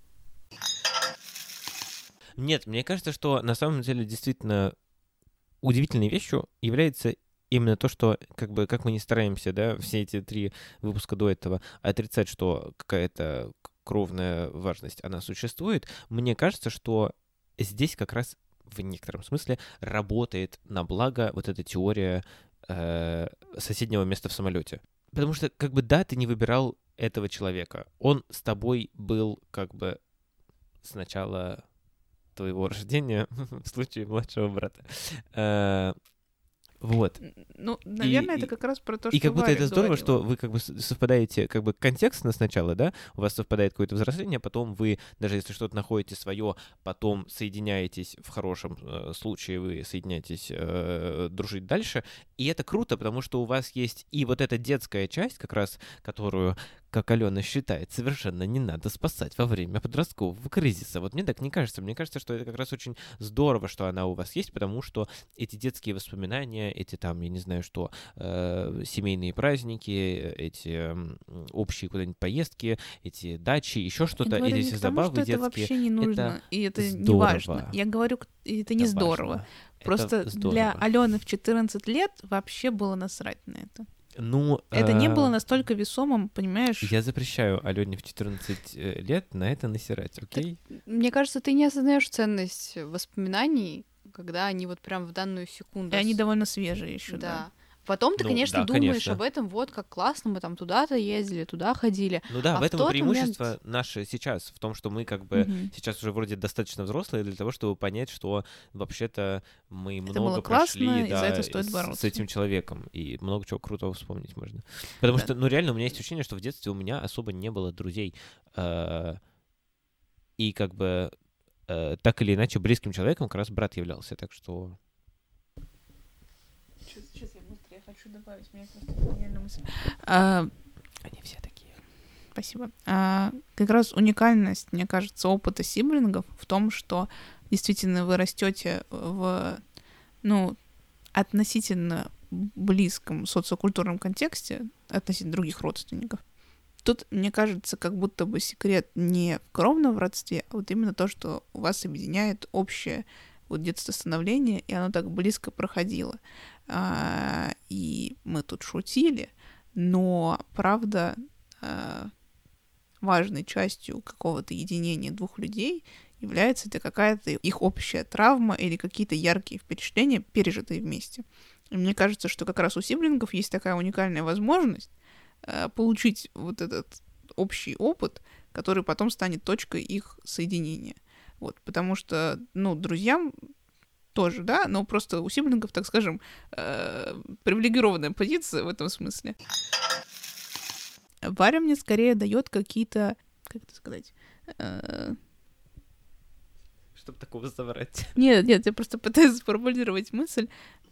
Speaker 1: Нет, мне кажется, что на самом деле действительно удивительной вещью является именно то, что как мы не стараемся, да, все эти 3 выпуска до этого отрицать, что какая-то кровная важность, она существует. Мне кажется, что здесь как раз в некотором смысле работает на благо вот эта теория соседнего места в самолете. Потому что, да, ты не выбирал этого человека. Он с тобой был с начала твоего рождения, в случае младшего брата. Вот.
Speaker 2: Ну, наверное, это как раз про то, что
Speaker 1: и как будто
Speaker 2: Варя
Speaker 1: это здорово,
Speaker 2: говорила.
Speaker 1: что вы совпадаете контекстно сначала, да, у вас совпадает какое-то взросление, потом вы, даже если что-то находите свое, потом соединяетесь, в хорошем случае вы соединяетесь дружить дальше, и это круто, потому что у вас есть и вот эта детская часть, как раз, которую, как Алена считает, совершенно не надо спасать во время подросткового кризиса. Вот мне так не кажется. Мне кажется, что это как раз очень здорово, что она у вас есть, потому что эти детские воспоминания, эти там, я не знаю что, семейные праздники, эти общие куда-нибудь поездки, эти дачи, еще что-то, эти все забавы
Speaker 2: детские. Это вообще не нужно, и это не важно. Я говорю, это не здорово. Просто
Speaker 1: здорово.
Speaker 2: для Алены в 14 лет вообще было насрать на это.
Speaker 1: Ну,
Speaker 2: Это не было настолько весомым, понимаешь?
Speaker 1: Я запрещаю Алёне в 14 лет на это насирать, окей?
Speaker 3: Мне кажется, ты не осознаешь ценность воспоминаний, когда они вот прям в данную секунду.
Speaker 2: И они довольно свежие еще, да.
Speaker 3: Потом ты,
Speaker 1: Ну,
Speaker 3: конечно,
Speaker 1: да,
Speaker 3: думаешь
Speaker 1: конечно.
Speaker 3: об этом, вот как классно, мы там туда-то ездили, туда ходили.
Speaker 1: Ну да,
Speaker 3: А
Speaker 1: в
Speaker 3: в
Speaker 1: этом
Speaker 3: тот
Speaker 1: преимущество
Speaker 3: момент-
Speaker 1: наше сейчас, в том, что мы как бы
Speaker 2: Мгм.
Speaker 1: сейчас уже вроде достаточно взрослые для того, чтобы понять, что вообще-то мы
Speaker 2: Это
Speaker 1: много
Speaker 2: было классно,
Speaker 1: прошли,
Speaker 2: и за
Speaker 1: да,
Speaker 2: это стоит
Speaker 1: с
Speaker 2: бороться.
Speaker 1: этим человеком, и много чего крутого вспомнить можно. Потому
Speaker 2: Да.
Speaker 1: что, ну реально, у меня есть ощущение, что в детстве у меня особо не было друзей. И как бы так или иначе близким человеком как раз брат являлся, так что...
Speaker 2: Сейчас я быстрее хочу добавить, у меня просто гениальная мысль.
Speaker 1: Они все такие.
Speaker 2: Спасибо. Как раз уникальность, мне кажется, опыта сиблингов в том, что действительно вы растете в, относительно близком социокультурном контексте относительно других родственников. Тут, мне кажется, как будто бы секрет не в кровном родстве, а вот именно то, что вас объединяет общее вот детство становления, и оно так близко проходило. И мы тут шутили, но правда важной частью какого-то единения двух людей является это какая-то их общая травма или какие-то яркие впечатления, пережитые вместе. И мне кажется, что как раз у сиблингов есть такая уникальная возможность получить вот этот общий опыт, который потом станет точкой их соединения. Вот, потому что, друзьям тоже, да, но просто у сиблингов, так скажем, привилегированная позиция в этом смысле. Варя мне скорее дает какие-то, как это сказать...
Speaker 1: Чтобы такого соврать.
Speaker 2: Нет, я просто пытаюсь сформулировать мысль.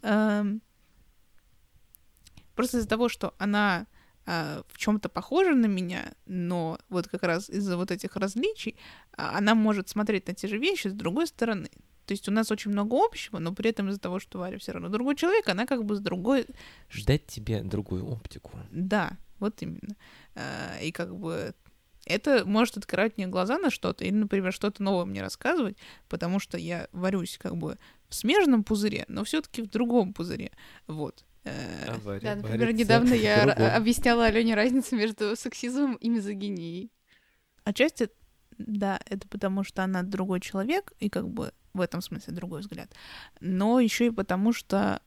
Speaker 2: Просто из-за того, что она в чем-то похожа на меня, но вот как раз из-за вот этих различий она может смотреть на те же вещи с другой стороны. То есть у нас очень много общего, но при этом из-за того, что Варя все равно другой человек, она как бы с другой...
Speaker 1: Дать тебе другую оптику.
Speaker 2: Да, вот именно. И как бы это может открывать мне глаза на что-то, или, например, что-то новое мне рассказывать, потому что я варюсь как бы в смежном пузыре, но все-таки в другом пузыре. Вот.
Speaker 3: Да, например, недавно я объясняла Алёне разницу между сексизмом и мизогинией.
Speaker 2: Отчасти, да, это потому что она другой человек, и как бы в этом смысле другой взгляд. Но еще и потому что,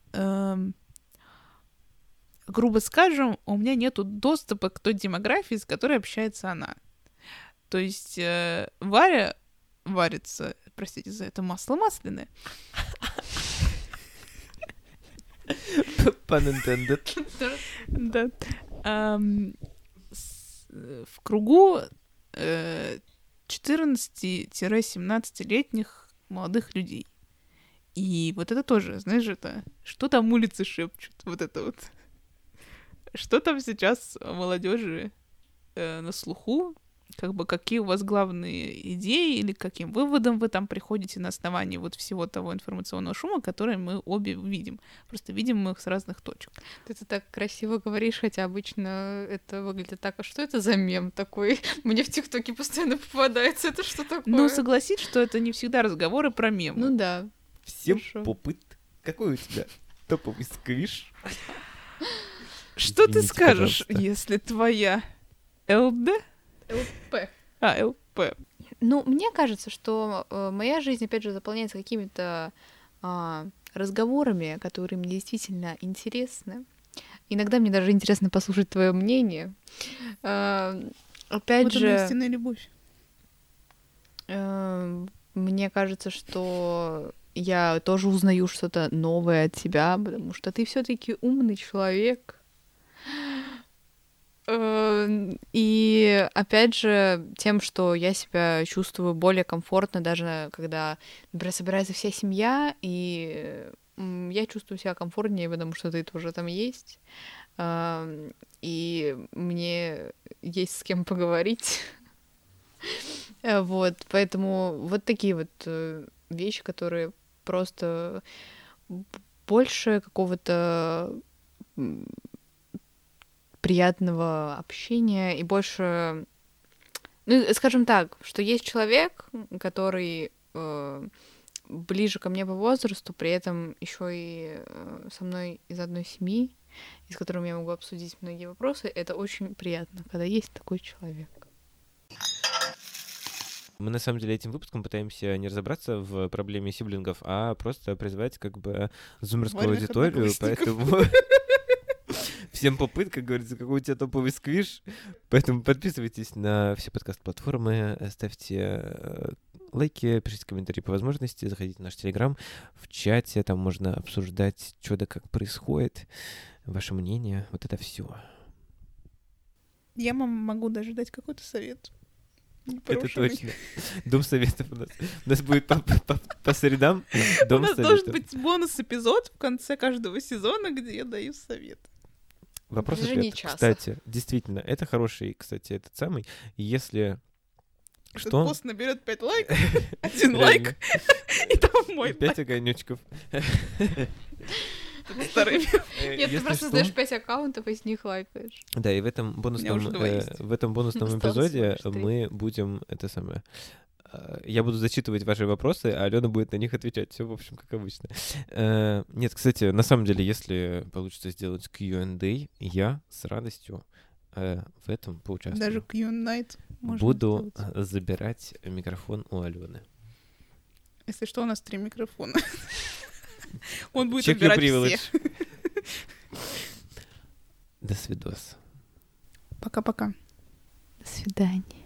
Speaker 2: грубо скажем, у меня нету доступа к той демографии, с которой общается она. То есть Варя варится, простите за это, масло масляное.
Speaker 1: Pun intended.
Speaker 2: Да. В кругу 14-17-летних молодых людей. И вот это тоже, знаешь, это... Что там улицы шепчут? Вот это вот. Что там сейчас молодежи на слуху? Как бы какие у вас главные идеи или к каким выводам вы там приходите на основании вот всего того информационного шума, который мы обе видим. Просто видим мы их с разных точек.
Speaker 3: Ты это так красиво говоришь, хотя обычно это выглядит так. А что это за мем такой? Мне в ТикТоке постоянно попадается. Это что такое?
Speaker 2: Ну, согласись, что это не всегда разговоры про мемы.
Speaker 3: Ну да.
Speaker 1: Всем
Speaker 3: Хорошо.
Speaker 1: попыт. Какой у тебя топовый сквиш?
Speaker 2: Что ты
Speaker 1: Извините,
Speaker 2: скажешь,
Speaker 1: пожалуйста.
Speaker 2: если твоя ЛД?
Speaker 3: ЛП.
Speaker 2: ЛП.
Speaker 3: Ну, мне кажется, что моя жизнь, опять же, заполняется какими-то разговорами, которые мне действительно интересны. Иногда мне даже интересно послушать твое мнение. Опять
Speaker 2: Вот
Speaker 3: же,
Speaker 2: она истинная любовь.
Speaker 3: мне кажется, что я тоже узнаю что-то новое от тебя, потому что ты все-таки умный человек. И опять же, тем, что я себя чувствую более комфортно, даже когда, например, собирается вся семья, и я чувствую себя комфортнее, потому что ты тоже там есть, и мне есть с кем поговорить. Вот, поэтому вот такие вот вещи, которые просто больше какого-то приятного общения и больше, скажем так, что есть человек, который ближе ко мне по возрасту, при этом еще и со мной из одной семьи, и с которым я могу обсудить многие вопросы. Это очень приятно, когда есть такой человек.
Speaker 1: Мы на самом деле этим выпуском пытаемся не разобраться в проблеме сиблингов, а просто призвать как бы зумерскую
Speaker 2: Вольных
Speaker 1: аудиторию,
Speaker 2: одноклассников.
Speaker 1: поэтому всем попыт, как говорится, какой у тебя топовый сквиш. Поэтому подписывайтесь на все подкаст-платформы, ставьте лайки, пишите комментарии по возможности, заходите в наш Телеграм, в чате, там можно обсуждать, что да как происходит, ваше мнение, вот это все.
Speaker 2: Я могу даже дать какой-то совет.
Speaker 1: Это
Speaker 2: Непрошенный.
Speaker 1: точно. Дом советов у нас. У нас будет по средам
Speaker 2: У
Speaker 1: дом
Speaker 2: нас должен
Speaker 1: советов.
Speaker 2: быть бонус-эпизод в конце каждого сезона, где я даю совет.
Speaker 3: Движение
Speaker 1: Вопрос-ответ.
Speaker 3: часа.
Speaker 1: Кстати, действительно, это хороший, кстати, этот самый. Если
Speaker 2: Этот
Speaker 1: что,
Speaker 2: пост наберет 5 лайков, 1 лайк, и там мой
Speaker 1: 5 огонечков.
Speaker 2: лайк старыми.
Speaker 3: Нет, ты просто сдаешь 5 аккаунтов и с них лайкаешь.
Speaker 1: Да, и в этом
Speaker 2: меня
Speaker 1: бонусном,
Speaker 2: уже 2 есть.
Speaker 1: в этом бонусном
Speaker 3: Осталось
Speaker 1: эпизоде
Speaker 3: всего лишь 3.
Speaker 1: мы будем это самое. Я буду зачитывать ваши вопросы, а Алена будет на них отвечать. Все, в общем, как обычно. Нет, кстати, на самом деле, если получится сделать Q&A, я с радостью в этом поучаствую.
Speaker 2: Даже Q&A можно
Speaker 1: Буду
Speaker 2: сделать.
Speaker 1: забирать микрофон у Алены.
Speaker 2: Если что, у нас 3 микрофона. Он будет
Speaker 1: Check your
Speaker 2: убирать
Speaker 1: privilege.
Speaker 2: все.
Speaker 1: До свидос.
Speaker 2: Пока-пока.
Speaker 3: До свидания.